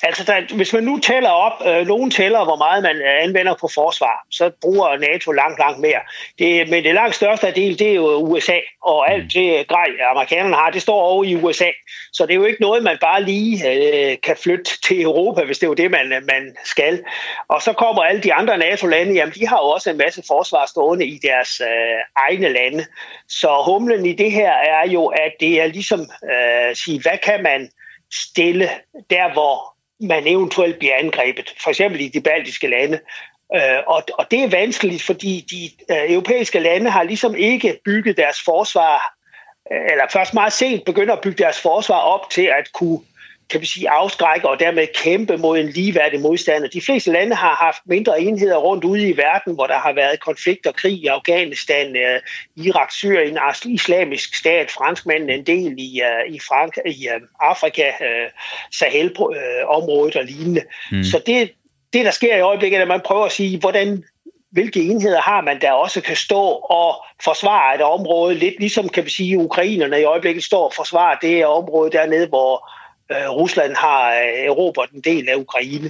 Speaker 14: Altså, hvis man nu tæller op, nogen tæller, hvor meget man anvender på forsvar, så bruger NATO langt mere. Men det langt største del, det er jo USA, og alt det grej, amerikanerne har, det står over i USA. Så det er jo ikke noget, man bare lige kan flytte til Europa, hvis det er jo det, man skal. Og så kommer alle de andre NATO-lande, jamen de har jo også en masse forsvar stående i deres egne lande. Så humlen i det her er jo, at det er ligesom sige, hvad kan man stille der, hvor man eventuelt bliver angrebet, for eksempel i de baltiske lande. Og det er vanskeligt, fordi de europæiske lande har ligesom ikke bygget deres forsvar, eller først meget sent begynder at bygge deres forsvar op til at kunne, kan vi sige, afskrække og dermed kæmpe mod en ligeværdig modstander. De fleste lande har haft mindre enheder rundt ude i verden, hvor der har været konflikt og krig i Afghanistan, Irak, Syrien, Islamisk Stat, franskmændene en del i Afrika, Sahel-området og lignende. Så det, der sker i øjeblikket, er, at man prøver at sige, hvilke enheder har man, der også kan stå og forsvare et område, lidt ligesom, kan vi sige, ukrainerne i øjeblikket står og forsvarer det område dernede, hvor Rusland har erobret en del af Ukraine.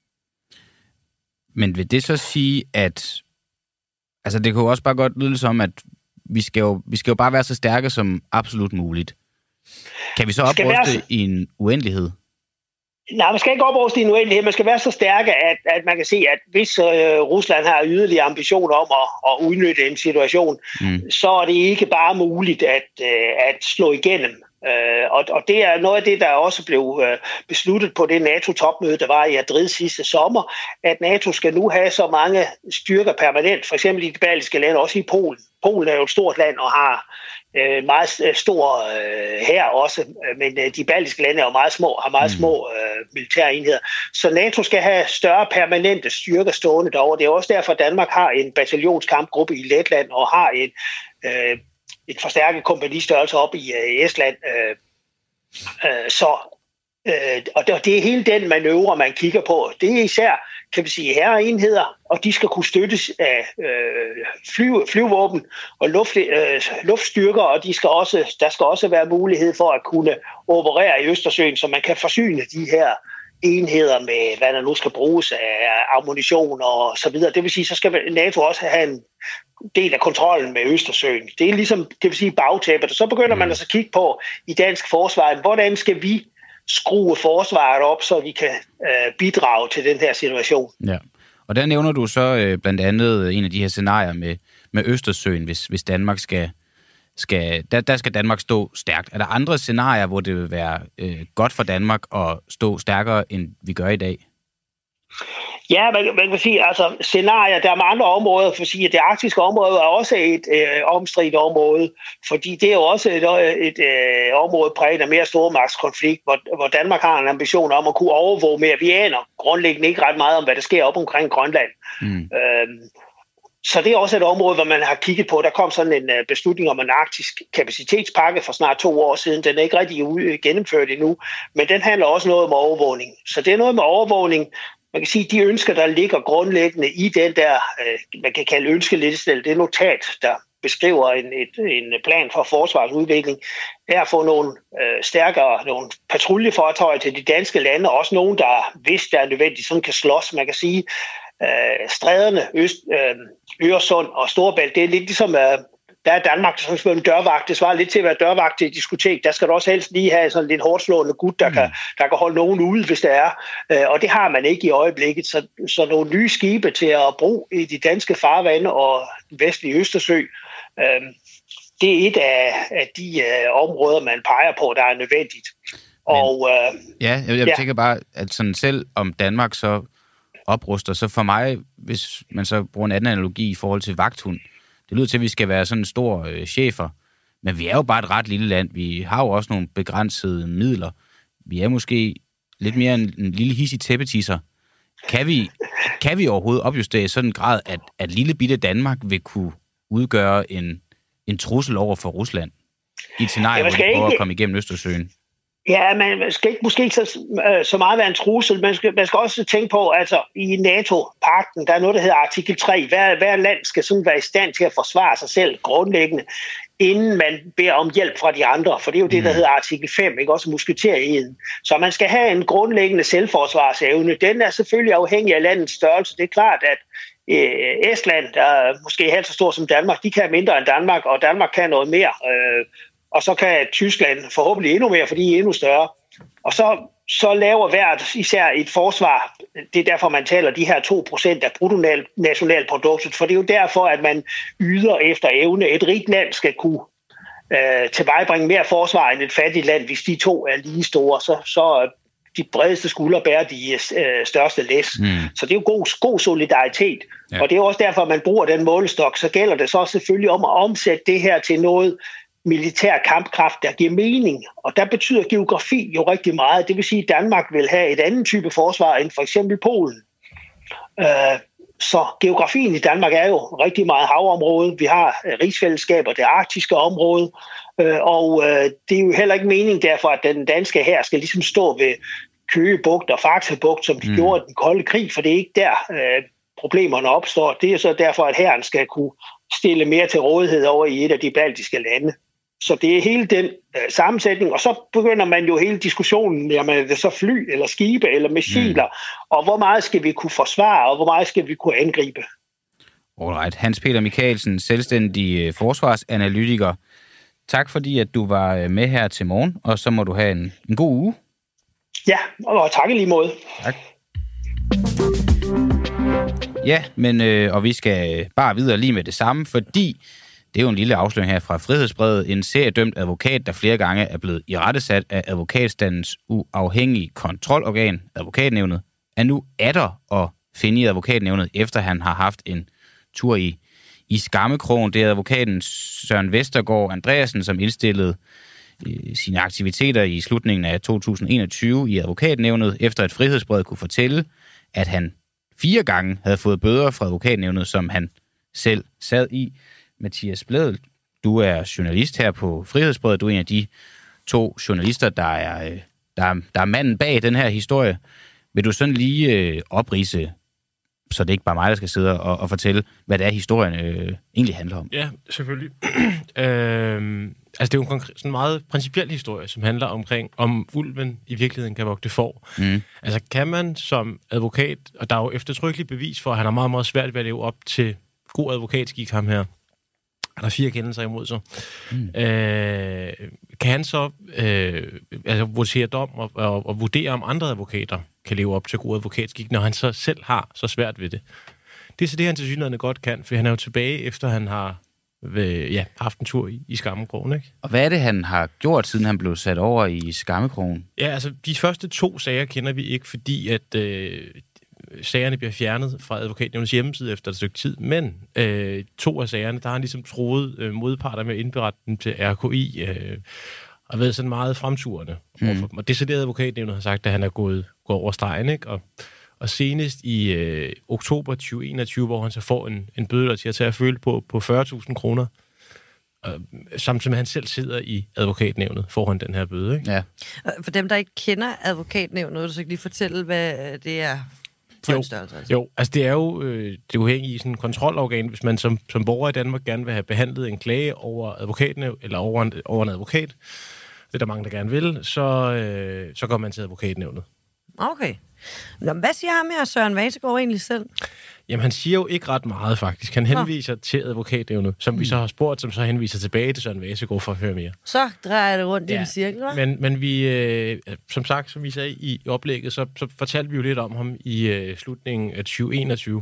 Speaker 8: Men vil det så sige, at altså det kunne også bare godt lyde som, at vi skal jo bare være så stærke som absolut muligt. Kan vi så opruste i en uendelighed?
Speaker 14: Nej, man skal ikke opruste i en uendelighed. Man skal være så stærke, at man kan se, at hvis Rusland har yderligere ambitioner om at udnytte en situation, så er det ikke bare muligt at slå igennem. Og det er noget af det, der også blev besluttet på det NATO-topmøde, der var i Madrid sidste sommer, at NATO skal nu have så mange styrker permanent, for eksempel i de baltiske lande, også i Polen. Polen er jo et stort land og har meget stor hær også, men de baltiske lande er jo har meget små militære enheder. Så NATO skal have større permanente styrker stående derovre. Det er også derfor, at Danmark har en bataljonskampgruppe i Letland og har et forstærket kompanistørrelse op i Estland. Og det er hele den manøvre, man kigger på. Det er især, kan vi sige, hærenheder, og de skal kunne støttes af flyvåben og luftstyrker, og der skal også være mulighed for at kunne operere i Østersøen, så man kan forsyne de her enheder med, hvad der nu skal bruges af ammunition og så videre. Det vil sige, så skal NATO også have en del af kontrollen med Østersøen. Det er ligesom, kan vi sige, bagtæppet. Og så begynder man altså at kigge på i dansk forsvar, hvordan skal vi skrue forsvaret op, så vi kan bidrage til den her situation.
Speaker 8: Ja, og der nævner du så blandt andet en af de her scenarier med Østersøen, hvis Danmark skal Danmark stå stærkt. Er der andre scenarier, hvor det vil være godt for Danmark at stå stærkere, end vi gør i dag?
Speaker 14: Ja, man kan sige, altså scenarier, der er med andre områder, for at sige, at det arktiske område er også et omstridt område, fordi det er jo også et område præget af mere stormagtskonflikt, hvor Danmark har en ambition om at kunne overvåge mere. Vi aner grundlæggende ikke ret meget om, hvad der sker op omkring Grønland. Så det er også et område, hvor man har kigget på. Der kom sådan en beslutning om en arktisk kapacitetspakke for snart 2 år siden. Den er ikke rigtig gennemført endnu, men den handler også noget om overvågning. Så det er noget med overvågning. Man kan sige, at de ønsker, der ligger grundlæggende i den der, man kan kalde ønskeliste, det notat, der beskriver en plan for forsvarsudvikling, er at få nogle stærkere, nogle patruljefartøjer til de danske lande, også nogle, der, hvis der er nødvendigt, sådan kan slås. Man kan sige, stræderne, Øresund og Storebælt, det er lidt ligesom, der er Danmark, der skal være en dørvagt. Det svarer lidt til at være dørvagt til et diskotek. Der skal du også helst lige have sådan en lidt hårdslående gut, der kan holde nogen ude, hvis det er. Og det har man ikke i øjeblikket. Så nogle nye skibe til at bruge i de danske farvande og vestlige Østersø, det er et af de områder, man peger på, der er nødvendigt. Og,
Speaker 8: jeg tænker bare, at sådan selv om Danmark så opruster, så for mig, hvis man så bruger en anden analogi i forhold til vagthund, det lyder til, at vi skal være sådan en stor chefer, men vi er jo bare et ret lille land. Vi har jo også nogle begrænsede midler. Vi er måske lidt mere en lille hissig tæppetisser. Kan vi overhovedet opjustere i sådan en grad, at lille bitte Danmark vil kunne udgøre en trussel over for Rusland i et scenarie, hvor de prøver at komme igennem Østersøen?
Speaker 14: Ja, man skal ikke måske ikke så meget være en trussel. Man skal også tænke på, altså i NATO-pakten, der er noget, der hedder artikel 3. Hver land skal sådan være i stand til at forsvare sig selv grundlæggende inden man beder om hjælp fra de andre, for det er jo det, der hedder artikel 5, ikke? Også musketereden. Så man skal have en grundlæggende selvforsvarsevne. Den er selvfølgelig afhængig af landets størrelse. Det er klart, at Estland, der er måske halvt så stor som Danmark, de kan mindre end Danmark, og Danmark kan noget mere. Og så kan Tyskland forhåbentlig endnu mere, for de er endnu større. Og så laver hvert især et forsvar. Det er derfor, man taler de her 2% af bruttonationalproduktet, for det er jo derfor, at man yder efter evne. Et rigt land skal kunne tilvejebringe mere forsvar end et fattigt land, hvis de to er lige store. Så de bredeste skuldre bærer de største læs. Så det er jo god solidaritet. Ja. Og det er også derfor, at man bruger den målestok. Så gælder det så selvfølgelig om at omsætte det her til noget militær kampkraft, der giver mening. Og der betyder geografi jo rigtig meget. Det vil sige, at Danmark vil have et andet type forsvar end for eksempel Polen. Så geografien i Danmark er jo rigtig meget havområde. Vi har rigsfællesskaber, det arktiske område. Og det er jo heller ikke meningen derfor, at den danske hær skal ligesom stå ved Køge Bugt og Faxe Bugt, som de gjorde i den kolde krig, for det er ikke der problemerne opstår. Det er så derfor, at hæren skal kunne stille mere til rådighed over i et af de baltiske lande. Så det er hele den sammensætning, og så begynder man jo hele diskussionen, jamen er det så fly, eller skibe, eller missiler, og hvor meget skal vi kunne forsvare, og hvor meget skal vi kunne angribe.
Speaker 8: Alright. Hans Peter Michaelsen, selvstændig forsvarsanalytiker. Tak fordi, at du var med her til morgen, og så må du have en god uge.
Speaker 14: Ja, og tak i lige måde.
Speaker 8: Tak. Ja, men og vi skal bare videre lige med det samme, fordi det er jo en lille afsløring her fra Frihedsbrevet. En seriedømt advokat, der flere gange er blevet irettesat af advokatstandens uafhængige kontrolorgan, Advokatnævnet, er nu atter at finde i Advokatnævnet, efter han har haft en tur i skammekrogen. Det er advokaten Søren Vestergaard Andreasen, som indstillede sine aktiviteter i slutningen af 2021 i Advokatnævnet, efter at Frihedsbrevet kunne fortælle, at han 4 gange havde fået bøder fra Advokatnævnet, som han selv sad i. Mathias Blædel, du er journalist her på Frihedsbrevet. Du er en af de 2 journalister, der er manden bag den her historie. Vil du sådan lige opridse, så det er ikke bare mig, der skal sidde og fortælle, hvad det er, historien egentlig handler om?
Speaker 15: Ja, selvfølgelig. Altså, det er jo en sådan meget principiel historie, som handler om ulven i virkeligheden kan vogte får. Altså, kan man som advokat, og der er jo eftertrykkeligt bevis for, at han har meget, meget svært ved at leve op til god advokatskik, ham her. Han har 4 kendelser imod sig. Kan han så votere dom og vurdere, om andre advokater kan leve op til god advokatskik, når han så selv har så svært ved det? Det er så det, han tilsyneladende godt kan, for han er jo tilbage, efter han har haft en tur i skammekrogen, ikke? Og
Speaker 8: hvad er det, han har gjort, siden han blev sat over i skammekrogen?
Speaker 15: Ja, altså, de første 2 sager kender vi ikke, fordi at sagerne bliver fjernet fra Advokatnævnets hjemmeside efter et stykke tid, men 2 af sagerne, der har han ligesom troet modparter med at indberette dem til RKI, og været sådan meget fremturende overfor dem. Og det er så det, Advokatnævnet har sagt, at han er gået over stregen, ikke? Og senest i oktober 2021, hvor han så får en bøde, der til at føle på 40.000 kroner, samtidig med han selv sidder i Advokatnævnet foran den her bøde, ikke?
Speaker 2: Ja. For dem, der ikke kender Advokatnævnet, vil du så ikke lige fortælle, hvad det er?
Speaker 15: Jo, altså det er jo det uafhængige sådan kontrolorgan, hvis man som borger i Danmark gerne vil have behandlet en klage over advokatnævnet, eller over en advokat, det er der mange, der gerne vil, så går man til Advokatnævnet.
Speaker 2: Okay. Nå, hvad siger ham her, Søren Vestergaard, egentlig selv?
Speaker 15: Jamen, han siger jo ikke ret meget, faktisk. Han henviser til Advokatnævnet, som vi så har spurgt, som så henviser tilbage til Søren Vestergaard for at høre mere.
Speaker 2: Så drejer det rundt i en cirkel, hva'?
Speaker 15: Men vi, som sagt, som vi sagde i oplægget, så fortalte vi jo lidt om ham i slutningen af 2021.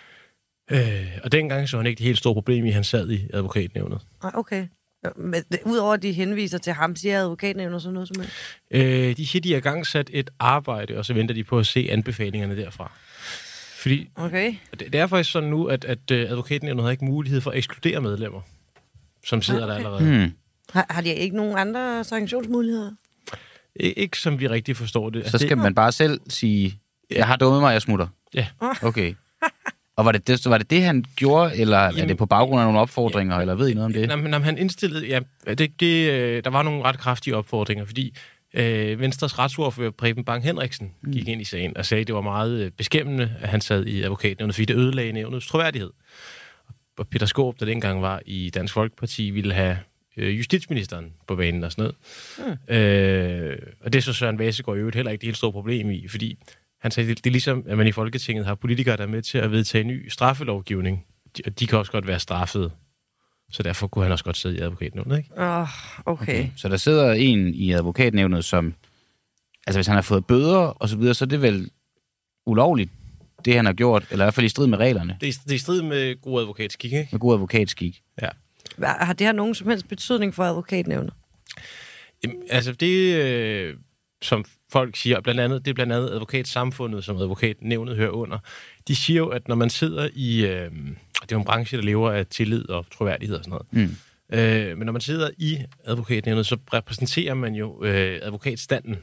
Speaker 15: Og dengang så han ikke det helt store problem, han sad i Advokatnævnet.
Speaker 2: Okay. Udover at de henviser til ham, siger Advokatnævnet sådan noget som det?
Speaker 15: De siger, de har gangsat et arbejde, og så venter de på at se anbefalingerne derfra. Fordi det er faktisk sådan nu, at Advokatnævnet har ikke mulighed for at ekskludere medlemmer, som sidder der allerede.
Speaker 2: Har de ikke nogen andre sanktionsmuligheder?
Speaker 15: Ikke som vi rigtig forstår det.
Speaker 8: Så skal man bare selv sige, jeg har dummet mig, jeg smutter?
Speaker 15: Ja.
Speaker 8: Okay. Og var det det, han gjorde, eller er det på baggrund af nogle opfordringer, eller ved I noget om det?
Speaker 15: Jamen, han indstillede, der var nogle ret kraftige opfordringer, fordi Venstres retsordfører Preben Bang Henriksen gik ind i sagen og sagde, at det var meget beskæmmende, at han sad i Advokatnævnet, fordi det ødelagde nævnets troværdighed. Og Peter Skaarup, der dengang var i Dansk Folkeparti, ville have justitsministeren på banen og sådan noget. Og det er så Søren Vasegaard i øvrigt heller ikke det helt store problem i, fordi han sagde, det er ligesom, at man i Folketinget har politikere, der er med til at vedtage ny straffelovgivning. De kan også godt være straffet. Så derfor kunne han også godt sidde i advokatnævnet, ikke?
Speaker 2: Okay.
Speaker 8: Så der sidder en i advokatnævnet, som... Altså, hvis han har fået bøder og så videre, så er det vel ulovligt, det han har gjort, eller i hvert fald i strid med reglerne.
Speaker 15: Det er i strid med god advokatskik, ikke?
Speaker 8: Med god advokatskik.
Speaker 15: Ja.
Speaker 2: Har det her nogen som helst betydning for advokatnævnet?
Speaker 15: Jamen, altså, det, som folk siger, det er blandt andet advokatsamfundet, som advokatnævnet hører under. De siger jo, at når man sidder i... det er jo en branche, der lever af tillid og troværdighed og sådan noget. Men når man sidder i advokatnævnet, så repræsenterer man jo advokatstanden.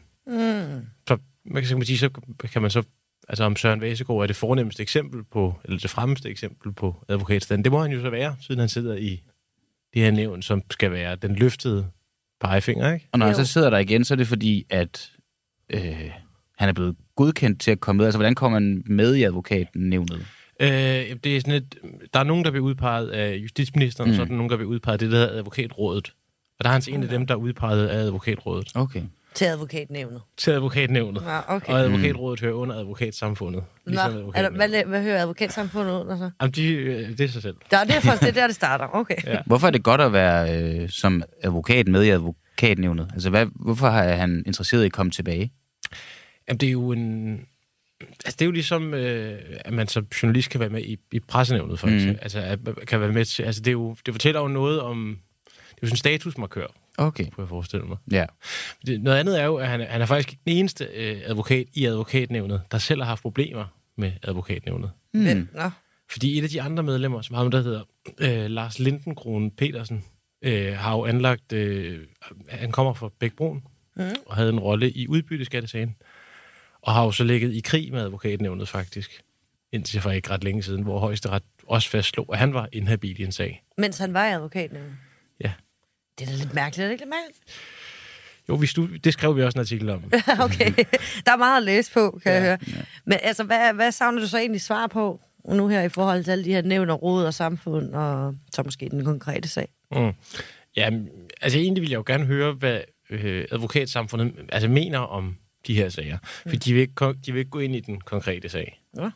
Speaker 15: Så man kan sige, så kan man så... Altså om Søren Vasegaard er det fornemmeste eksempel på, eller det fremmeste eksempel på advokatstanden. Det må han jo så være, siden han sidder i det her nævn, som skal være den løftede pegefinger, ikke?
Speaker 8: Og når han så sidder der igen, så er det fordi, at han er blevet godkendt til at komme med. Altså, hvordan kommer man med i advokatnævnet?
Speaker 15: Det er sådan der er nogen, der bliver udpeget af justitsministeren, og så er der nogen, der bliver udpeget af det, der hedder advokatrådet. Og der er han en af dem, der er udpeget af advokatrådet.
Speaker 8: Okay.
Speaker 2: Til advokatnævnet?
Speaker 15: Til advokatnævnet.
Speaker 2: Ja, okay.
Speaker 15: Og advokatrådet hører under advokatsamfundet.
Speaker 2: Hvad hører advokatsamfundet under så?
Speaker 15: Jamen, det er sig selv.
Speaker 2: Det er der, det starter. Okay.
Speaker 15: Ja.
Speaker 8: Hvorfor er det godt at være som advokat med i advokatnævnet? Altså, hvorfor er han interesseret i at komme tilbage?
Speaker 15: Jamen, det er jo det er jo ligesom, at man som journalist kan være med i pressenævnet, for eksempel. Altså, at kan være med til... Altså, det fortæller jo noget om... Det er jo sådan en statusmarkør.
Speaker 8: Okay.
Speaker 15: Kunne jeg forestille mig.
Speaker 8: Ja.
Speaker 15: Noget andet er jo, at han er faktisk ikke den eneste advokat i advokatnævnet, der selv har haft problemer med advokatnævnet. Fordi et af de andre medlemmer, som ham, der hedder Lars Lindenkron Petersen, har jo anlagt... han kommer fra Bækbroen og havde en rolle i udbytteskattesagen, og har jo så ligget i krig med advokatnævnet faktisk, indtil for ikke ret længe siden, hvor Højesteret også fastslog, at han var inhabil i en sag.
Speaker 2: Mens han var i advokatnævnet?
Speaker 15: Ja.
Speaker 2: Det er da lidt mærkeligt, er det ikke lidt mærkeligt?
Speaker 15: Jo, det skrev vi også en artikel om.
Speaker 2: Okay, der er meget at læse på, kan jeg høre. Men altså, hvad savner du så egentlig svar på nu her i forhold til alle de her nævn og råd og samfund, og så måske den konkrete sag?
Speaker 15: Ja, altså egentlig vil jeg jo gerne høre, hvad advokatsamfundet mener om de her sager. For de vil ikke gå ind i den konkrete sag.
Speaker 2: Ja.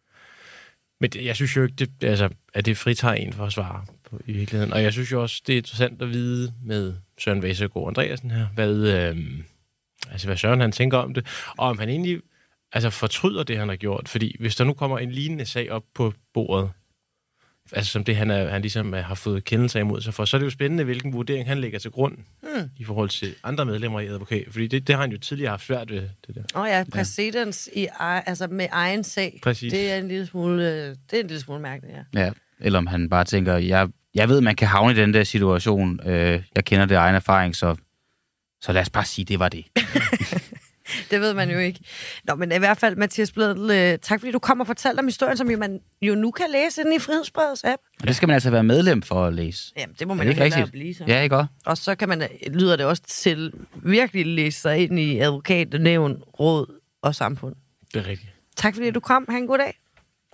Speaker 15: Men jeg synes jo ikke, at det fritager en for at svare på i virkeligheden. Og jeg synes jo også, det er interessant at vide med Søren Vasegaard Andreasen her, hvad Søren han tænker om det, og om han egentlig fortryder det, han har gjort. Fordi hvis der nu kommer en lignende sag op på bordet, altså som det, han ligesom har fået kendelse imod sig for, så er det jo spændende, hvilken vurdering han lægger til grund i forhold til andre medlemmer i advokat. Fordi det har han jo tidligere haft svært ved, det der.
Speaker 2: Præcedens med egen sag.
Speaker 15: Præcis.
Speaker 2: Det er en lille smule mærkeligt,
Speaker 8: Ja, eller om han bare tænker, jeg ved, man kan havne i den der situation. Jeg kender det af egen erfaring, så lad os bare sige, det var det.
Speaker 2: Det ved man jo ikke. Nå, men i hvert fald, Mathias Bledel, tak fordi du kom og fortalte om historien, som man jo nu kan læse inde i Frihedsbredets app.
Speaker 8: Og det skal man altså være medlem for at læse.
Speaker 2: Jamen, det må man jo hellere blive så.
Speaker 8: Ja, ikke også?
Speaker 2: Og så kan man, lyder det også til virkelig læse sig ind i advokatnævn, råd og samfund.
Speaker 15: Det er rigtigt.
Speaker 2: Tak fordi du kom. Ha' en god dag.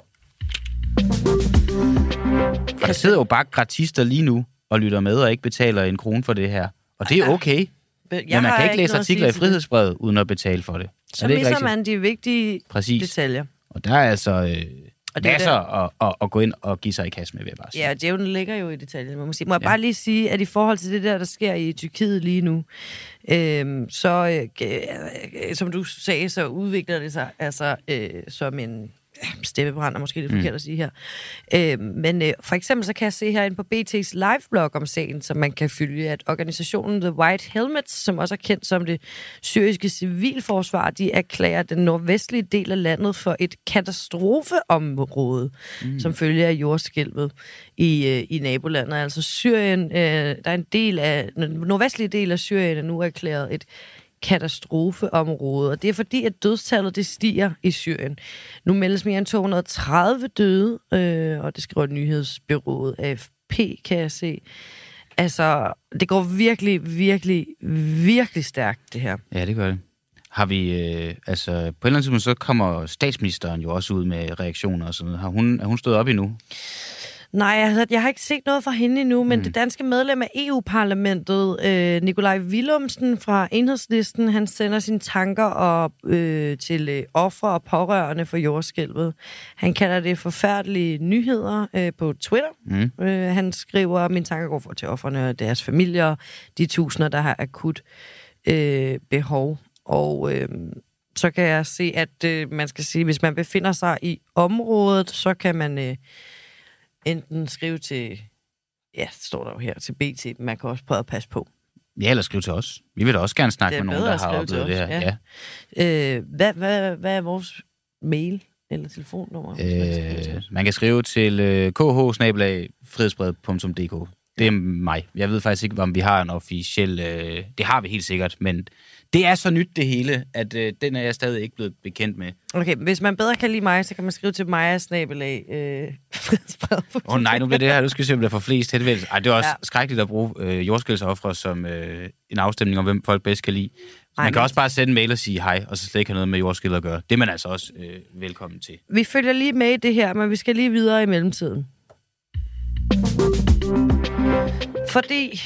Speaker 8: Og der sidder jo bare gratister lige nu og lytter med og ikke betaler en krone for det her. Og det er okay. Men man kan ikke læse artikler i Frihedsbrevet uden at betale for det.
Speaker 2: Så misser man de vigtige detaljer.
Speaker 8: Og der er altså masser at gå ind og give sig i kasse med, vil jeg bare sige.
Speaker 2: Ja, djævlen ligger jo i detaljen. Må jeg bare lige sige, at i forhold til det der sker i Tyrkiet lige nu, som du sagde, så udvikler det sig som en steppebrand, er måske lidt forkert at sige her. Men for eksempel så kan jeg se herinde på BT's liveblog om sagen, som man kan følge, at organisationen The White Helmets, som også er kendt som det syriske civilforsvar, de erklærer den nordvestlige del af landet for et katastrofeområde, som følger af jordskælvet i nabolandet. Altså Syrien, der er en del af, den nordvestlige del af Syrien er nu erklæret et katastrofeområde, og det er fordi, at dødstallet det stiger i Syrien. Nu meldes mere end 230 døde, og det skriver nyhedsbyrået AFP, kan jeg se. Altså, det går virkelig, virkelig, virkelig stærkt, det her.
Speaker 8: Ja, det gør det. Har vi, på en eller anden tidspunkt, så kommer statsministeren jo også ud med reaktioner og sådan noget. Er hun stået op endnu?
Speaker 2: Nej, altså, jeg har ikke set noget fra hende endnu, men det danske medlem af EU-parlamentet, Nikolaj Villumsen fra Enhedslisten, han sender sine tanker til ofre og pårørende for jordskælvet. Han kalder det forfærdelige nyheder på Twitter. Han skriver, mine tanker går til ofrene og deres familier, de tusinder, der har akut behov. Og så kan jeg se, at man skal sige, hvis man befinder sig i området, så kan man enten skrive til, ja, det står der jo her, til BT, men man kan også prøve at passe på.
Speaker 8: Ja, eller skrive til os. Vi vil da også gerne snakke med nogen, der har oplevet det her. Ja.
Speaker 2: Hvad er vores mail eller telefonnummer?
Speaker 8: Man kan skrive til kh@frihedsbrevet.dk. Det er mig. Jeg ved faktisk ikke, om vi har en officiel... det har vi helt sikkert, men det er så nyt det hele, at den er jeg stadig ikke blevet bekendt med.
Speaker 2: Okay, hvis man bedre kan lide mig, så kan man skrive til frihedsbrevet.
Speaker 8: Nej, nu bliver det her, du skal se, om der får flest henvendelser. Ej, det er også skrækkeligt at bruge jordskælvsoffre som en afstemning om, hvem folk bedst kan lide. Man kan også bare sende en mail og sige hej, og så slet ikke have noget med jordskælv at gøre. Det er man altså også velkommen til.
Speaker 2: Vi følger lige med i det her, men vi skal lige videre i mellemtiden. Fordi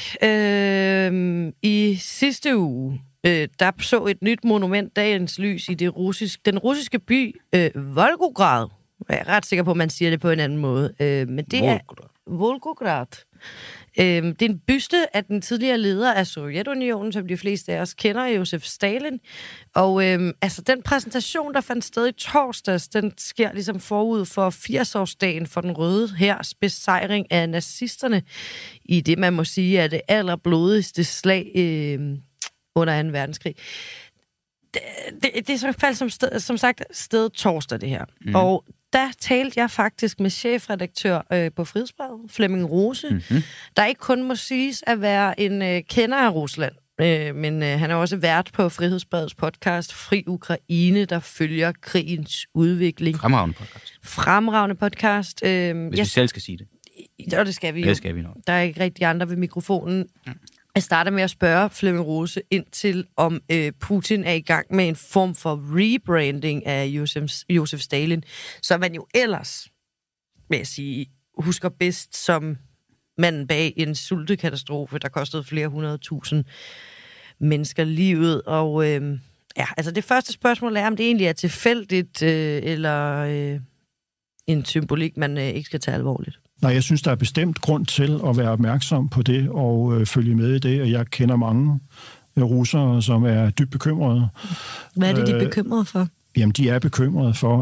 Speaker 2: i sidste uge, der så et nyt monument dagens lys i den russiske by Volgograd. Jeg er ret sikker på, at man siger det på en anden måde. Men det er Volgograd. Det er en byste af den tidligere leder af Sovjetunionen, som de fleste af os kender, Josef Stalin. Og altså den præsentation, der fandt sted i torsdags, den sker ligesom forud for 80-årsdagen for den røde hærs besejring af nazisterne i det, man må sige, er det allerblodigste slag under 2. verdenskrig. Det er så faldt som sagt sted torsdag, det her. Og der talte jeg faktisk med chefredaktør på Frihedsbrevet, Flemming Rose, der ikke kun må siges at være en kender af Rusland, men han er også vært på Frihedsbrevets podcast Fri Ukraine, der følger krigens udvikling.
Speaker 8: Fremragende
Speaker 2: podcast.
Speaker 8: Hvis vi selv skal sige det.
Speaker 2: Og det skal vi jo.
Speaker 8: Det skal vi nok.
Speaker 2: Der er ikke rigtig andre ved mikrofonen. Jeg starter med at spørge Flemming Rose ind til, om Putin er i gang med en form for rebranding af Josef Stalin, som man jo ellers, vil jeg sige, husker bedst som manden bag en sultekatastrofe, der kostede flere 100.000 mennesker livet. Og altså det første spørgsmål er, om det egentlig er tilfældigt, eller en symbolik, man ikke skal tage alvorligt.
Speaker 16: Nej, jeg synes, der er bestemt grund til at være opmærksom på det og følge med i det, og jeg kender mange russere, som er dybt bekymrede.
Speaker 2: Hvad er det, de er bekymrede for?
Speaker 16: Jamen, de er bekymrede for,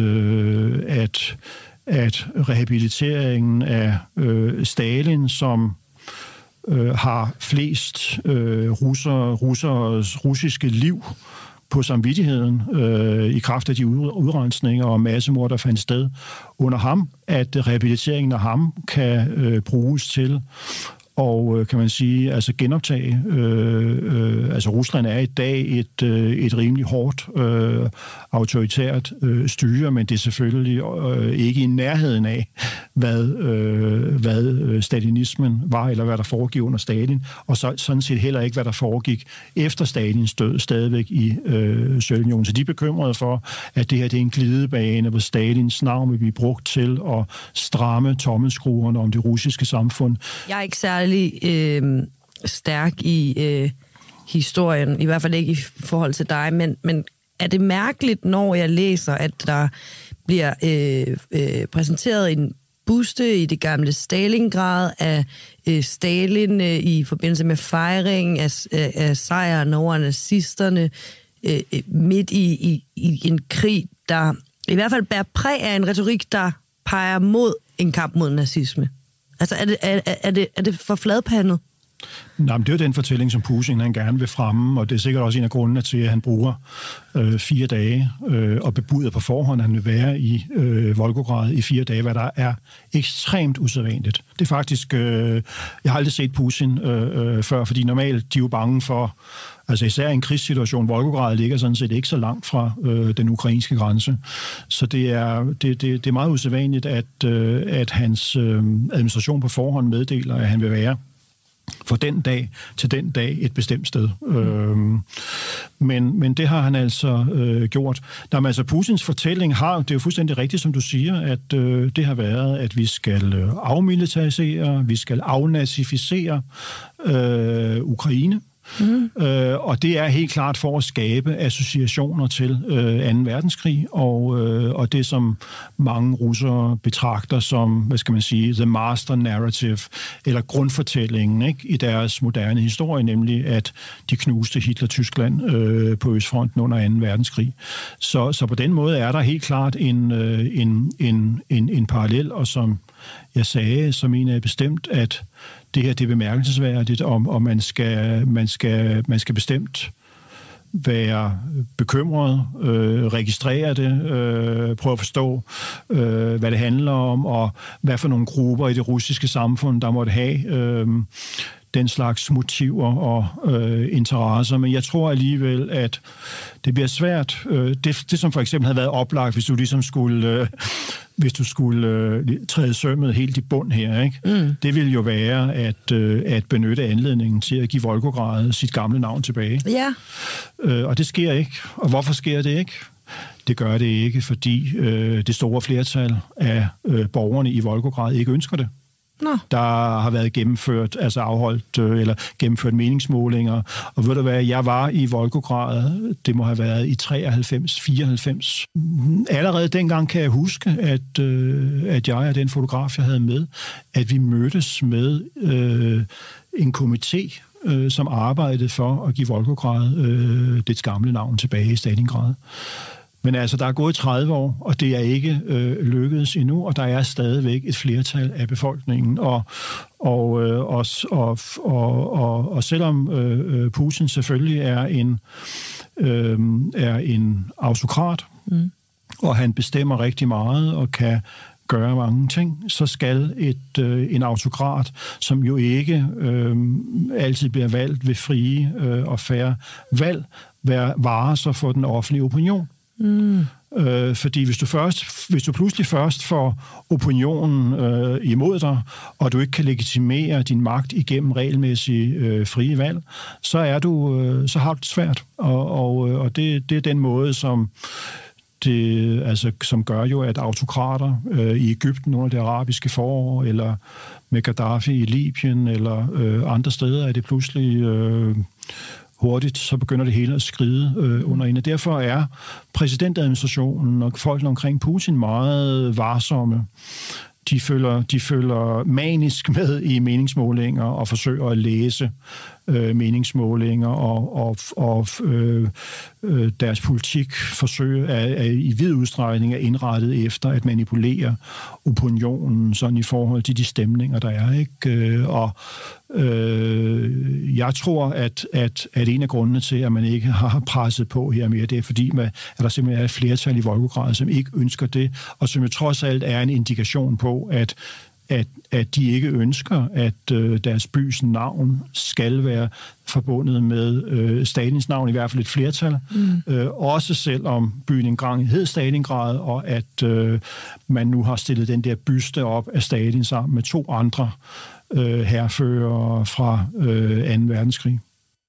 Speaker 16: at rehabiliteringen af Stalin, som har flest russeres russiske liv på samvittigheden i kraft af de udrensninger og massemord, der fandt sted under ham, at rehabiliteringen af ham kan bruges til og kan man sige, altså genoptage. Altså Rusland er i dag et rimelig hårdt autoritært styre, men det er selvfølgelig ikke i nærheden af, hvad stalinismen var, eller hvad der foregik under Stalin, og sådan set heller ikke, hvad der foregik efter Stalins død stadigvæk i Sovjetunionen. Så de er bekymrede for, at det her det er en glidebane, hvor Stalins navn vil blive brugt til at stramme tommelskruerne om det russiske samfund.
Speaker 2: Jeg er ikke særlig stærk i historien, i hvert fald ikke i forhold til dig, men er det mærkeligt, når jeg læser, at der bliver præsenteret en buste i det gamle Stalingrad af Stalin i forbindelse med fejringen af sejren over nazisterne midt i en krig, der i hvert fald bærer præg af en retorik, der peger mod en kamp mod nazisme? Altså, er det for fladpandet?
Speaker 16: Nej, men det er jo den fortælling, som Putin han gerne vil fremme, og det er sikkert også en af grundene til, at han bruger 4 dage og bebuder på forhånd, at han vil være i Volgograd i 4 dage, hvad der er ekstremt usædvanligt. Det er faktisk, jeg har aldrig set Putin før, fordi normalt de er jo bange for, altså især i en krigssituation, Volgograd ligger sådan set ikke så langt fra den ukrainske grænse. Så det er meget usædvanligt, at hans administration på forhånd meddeler, at han vil være fra den dag til den dag et bestemt sted. Men det har han altså gjort. Når man altså Putins fortælling har, det er jo fuldstændig rigtigt, som du siger, at det har været, at vi skal afmilitarisere, vi skal afnazificere Ukraine. Og det er helt klart for at skabe associationer til 2. verdenskrig, og det, som mange russere betragter som, hvad skal man sige, the master narrative, eller grundfortællingen, ikke, i deres moderne historie, nemlig at de knuste Hitler-Tyskland på Østfronten under 2. verdenskrig. Så på den måde er der helt klart en parallel, og som jeg sagde, så mener jeg bestemt, at det her det er bemærkelsesværdigt, og man skal bestemt være bekymret, registrere det, prøve at forstå, hvad det handler om, og hvad for nogle grupper i det russiske samfund, der måtte have den slags motiver og interesser. Men jeg tror alligevel, at det bliver svært. Det som for eksempel havde været oplagt, hvis du ligesom skulle træde sømmet helt i bund her, ikke? Det ville jo være at benytte anledningen til at give Volgograd sit gamle navn tilbage.
Speaker 2: Ja.
Speaker 16: Og det sker ikke. Og hvorfor sker det ikke? Det gør det ikke, fordi det store flertal af borgerne i Volgograd ikke ønsker det.
Speaker 2: Nå. Der
Speaker 16: har været gennemført, altså afholdt eller gennemført meningsmålinger. Og ved du hvad, jeg var i Volgograd, det må have været i 93-94. Allerede dengang kan jeg huske, at jeg og den fotograf, jeg havde med, at vi mødtes med en komité, som arbejdede for at give Volgograd dets gamle navn tilbage i Stalingrad. Men altså, der er gået 30 år, og det er ikke lykkedes endnu, og der er stadigvæk et flertal af befolkningen. Og selvom Putin selvfølgelig er en autokrat, og han bestemmer rigtig meget og kan gøre mange ting, så skal en autokrat, som jo ikke altid bliver valgt ved frie og fair valg, være varer for den offentlige opinion. Fordi hvis du pludselig først får opinionen imod dig, og du ikke kan legitimere din magt igennem regelmæssige frie valg, så har du det svært. Og det er den måde, som gør jo, at autokrater i Egypten under det arabiske forår, eller med Gaddafi i Libyen, eller andre steder, er det pludselig hurtigt, så begynder det hele at skride under en. Derfor er præsidentadministrationen og folk omkring Putin meget varsomme. De følger manisk med i meningsmålinger og forsøger at læse meningsmålinger, og deres politik forsøger i vid udstrækning er indrettet efter at manipulere opinionen sådan i forhold til de stemninger, der er, ikke? Og jeg tror, at en af grundene til, at man ikke har presset på her mere, det er fordi, at der simpelthen er et flertal i Volgograd, som ikke ønsker det, og som jo trods alt er en indikation på, at de ikke ønsker, at deres bys navn skal være forbundet med Stalins navn, i hvert fald et flertal. Også selvom byen engang hed Stalingrad, og at man nu har stillet den der byste op af Stalin sammen med 2 andre hærførere fra 2. verdenskrig.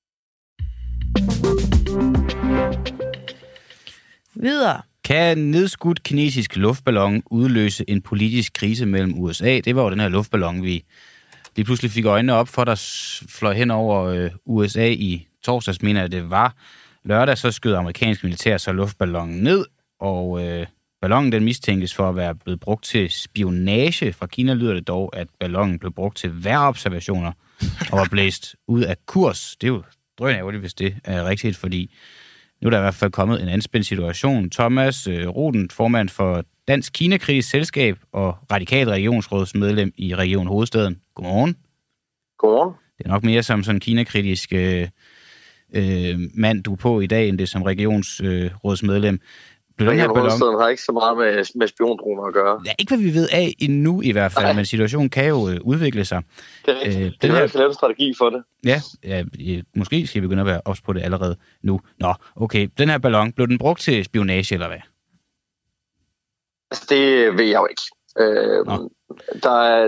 Speaker 2: Videre.
Speaker 8: Kan en nedskudt kinesisk luftballon udløse en politisk krise mellem USA? Det var jo den her luftballon, vi lige pludselig fik øjnene op for, der fløj hen over USA i torsdags, mener jeg, det var. Lørdag så skød amerikansk militær så luftballonen ned, og ballonen den mistænkes for at være blevet brugt til spionage. Fra Kina lyder det dog, at ballonen blev brugt til vejrobservationer og var blæst ud af kurs. Det er jo drønærgerligt, hvis det er rigtigt, fordi nu er der i hvert fald kommet en anspændt situation. Thomas Roden, formand for Dansk Kina-kritisk Selskab og radikal regionsrådsmedlem i Region Hovedstaden. Godmorgen.
Speaker 17: Godmorgen.
Speaker 8: Det er nok mere som sådan en Kina-kritisk mand, du er på i dag, end det som regionsrådsmedlem.
Speaker 17: Region Hovedstaden har ikke så meget med spiondroner at gøre.
Speaker 8: Ja, ikke hvad vi ved af endnu i hvert fald, nej. Men situationen kan jo udvikle sig.
Speaker 17: Det er rigtigt. Det er lave en strategi for det.
Speaker 8: Ja, måske skal vi begynde at være ops på det allerede nu. Nå, okay. Den her ballon, blev den brugt til spionage, eller hvad?
Speaker 17: Altså, det ved jeg jo ikke.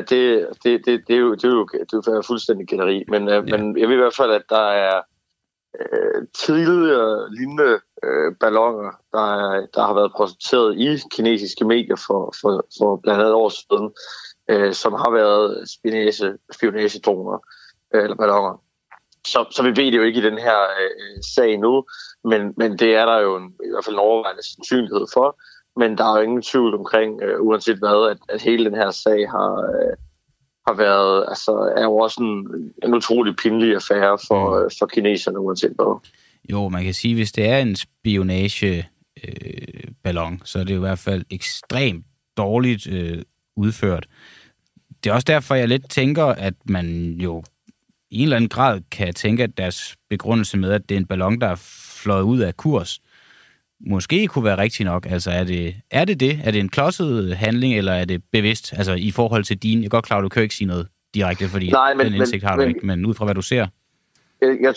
Speaker 17: Det er jo fuldstændig gætteri, men jeg ved i hvert fald, at der er tidligere lignende balloner, der har været præsenteret i kinesiske medier for blandt andet år siden, som har været spionagedroner eller balloner. Så vi ved det jo ikke i den her sag nu, men det er der jo i hvert fald en overvejende sandsynlighed for. Men der er jo ingen tvivl omkring, uanset hvad, at hele den her sag har været, altså er jo også en utrolig pinlig affære for kineserne, uanset hvad.
Speaker 8: Jo, man kan sige, hvis det er en spionageballon, så er det jo i hvert fald ekstremt dårligt udført. Det er også derfor, jeg lidt tænker, at man jo i en eller anden grad kan tænke, at deres begrundelse med, at det er en ballon, der er fløjet ud af kurs, måske kunne være rigtig nok. Altså, er det? Er det en klodset handling, eller er det bevidst? Altså, i forhold til din... Jeg er godt klar, du kan jo ikke sige noget direkte, fordi den indsigt har du ikke, men ud fra, hvad du ser.
Speaker 17: Jeg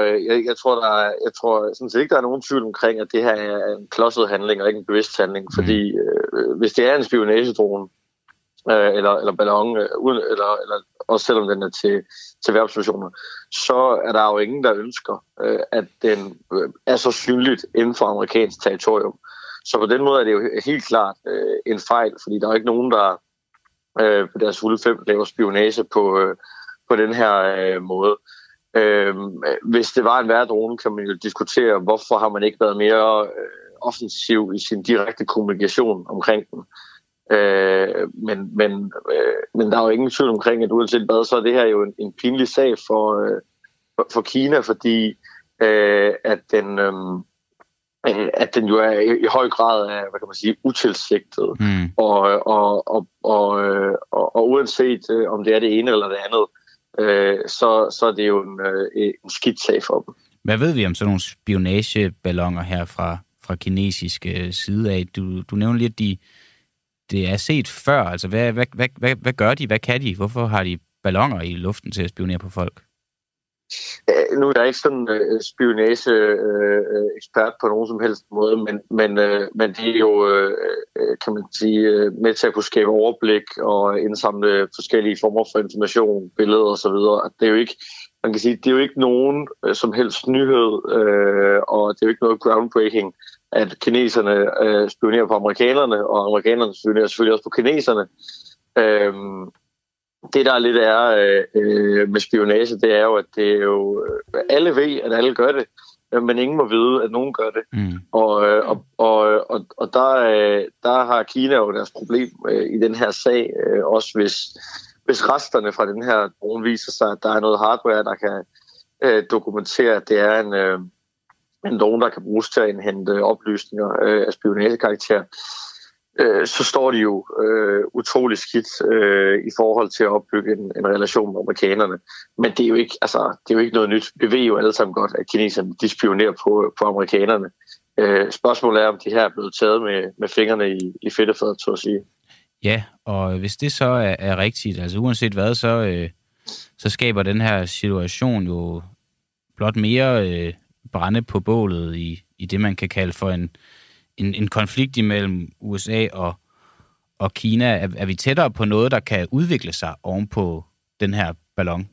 Speaker 17: tror sådan set ikke, der er nogen tvivl omkring, at det her er en klodset handling, og ikke en bevidst handling, fordi hvis det er en spionagedrone, eller ballon, eller også selvom den er til vejrobservationer, så er der jo ingen, der ønsker, at den er så synligt inden for amerikansk territorium. Så på den måde er det jo helt klart en fejl, fordi der er ikke nogen, der på deres fulde 5 laver spionage på den her måde. Hvis det var en værdrone, kan man jo diskutere, hvorfor har man ikke været mere offensiv i sin direkte kommunikation omkring den. Men der er jo ingen tvivl omkring, at uanset hvad, så er det her jo en pinlig sag for Kina, fordi at den jo er i høj grad af, hvad kan man sige, utilsigtet. Og uanset om det er det ene eller det andet, så er det jo en skidt sag for dem.
Speaker 8: Hvad ved vi om sådan nogle spionageballoner her fra kinesisk side af? Du nævner lige, at det er set før. Altså, hvad gør de? Hvad kan de? Hvorfor har de balloner i luften til at spionere på folk?
Speaker 17: Nu er jeg ikke sådan spionage-ekspert på nogen som helst måde, men det er jo, kan man sige, med til at kunne skabe overblik og indsamle forskellige former for information, billeder og så videre. Det er jo ikke, man kan sige, det er jo ikke nogen som helst nyhed, og det er jo ikke noget groundbreaking, at kineserne spionerer på amerikanerne, og amerikanerne spionerer selvfølgelig også på kineserne. Det, der lidt er med spionage, det er jo, at det er jo... alle ved, at alle gør det, men ingen må vide, at nogen gør det. Og der har Kina jo deres problem i den her sag, også hvis resterne fra den her drone viser sig, at der er noget hardware, der kan dokumentere, at det er en drone, der kan bruges til at indhente oplysninger af spionagekarakter, så står de jo utrolig skidt i forhold til at opbygge en relation med amerikanerne. Men det er jo ikke noget nyt. Vi ved jo alle sammen godt, at kineserne de spionerer på amerikanerne. Spørgsmålet er, om de her er blevet taget med fingrene i fedtefadet, så at sige.
Speaker 8: Ja, og hvis det så er rigtigt, altså uanset hvad, så skaber den her situation jo blot mere brænde på bålet i det, man kan kalde for en konflikt imellem USA og Kina. Er vi tættere på noget, der kan udvikle sig ovenpå den her ballon?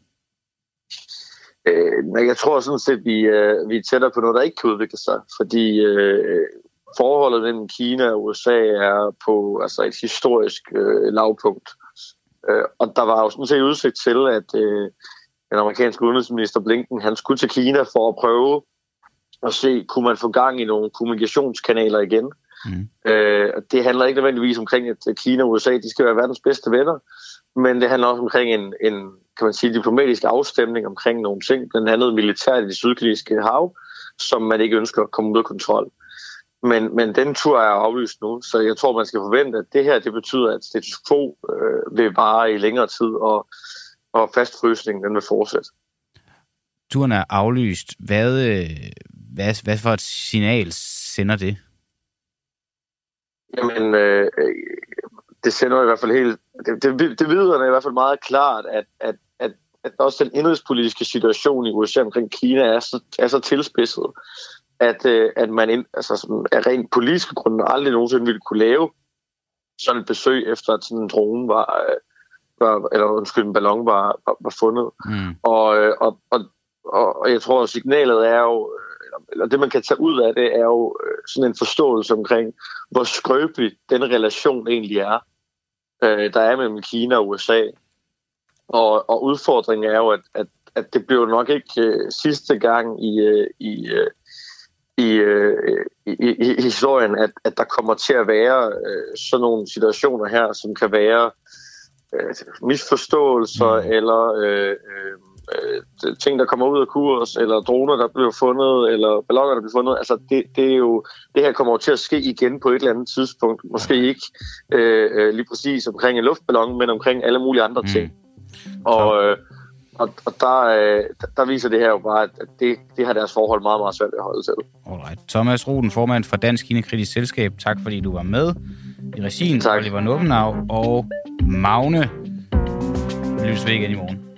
Speaker 17: Jeg tror sådan set, vi er tættere på noget, der ikke kan udvikle sig, fordi forholdet mellem Kina og USA er på et historisk lavpunkt. Og der var jo sådan set udsigt til, at den amerikanske udenrigsminister Blinken, han skulle til Kina for at prøve at se, kunne man få gang i nogle kommunikationskanaler igen. Det handler ikke nødvendigvis omkring, at Kina og USA, de skal være verdens bedste venner, men det handler også omkring en kan man sige, diplomatisk afstemning omkring nogle ting, blandt andet militært i det sydkinesiske hav, som man ikke ønsker at komme ud af kontrol. Men den tur er aflyst nu, så jeg tror, man skal forvente, at det her, det betyder, at status quo vil vare i længere tid, og fastfrysningen, den vil fortsætte.
Speaker 8: Turen er aflyst. Hvad for et signal sender det?
Speaker 17: Jamen, det sender i hvert fald helt... Det videre i hvert fald meget klart, at også den indrigspolitiske situation i USA omkring Kina er så tilspidset, at man af rent politiske grunde aldrig nogensinde ville kunne lave sådan et besøg, efter at sådan en drone en ballon var fundet. og jeg tror, at signalet er jo, eller det man kan tage ud af det, er jo sådan en forståelse omkring, hvor skrøbelig den relation egentlig er, der er mellem Kina og USA. Og udfordringen er jo, at det bliver nok ikke sidste gang i historien, at der kommer til at være sådan nogle situationer her, som kan være misforståelser eller ting, der kommer ud af kurs, eller droner, der bliver fundet, eller balloner, der bliver fundet. Altså, det her kommer til at ske igen på et eller andet tidspunkt. Måske ikke lige præcis omkring en luftballon, men omkring alle mulige andre ting. Og der viser det her jo bare, at det har deres forhold meget, meget svært at holde til.
Speaker 8: Alright. Thomas Ruden, formand for Dansk Kina-kritisk Selskab. Tak fordi du var med i regien. Oliver Nuppenau og Magne. Vi lyttes ved igen i morgen.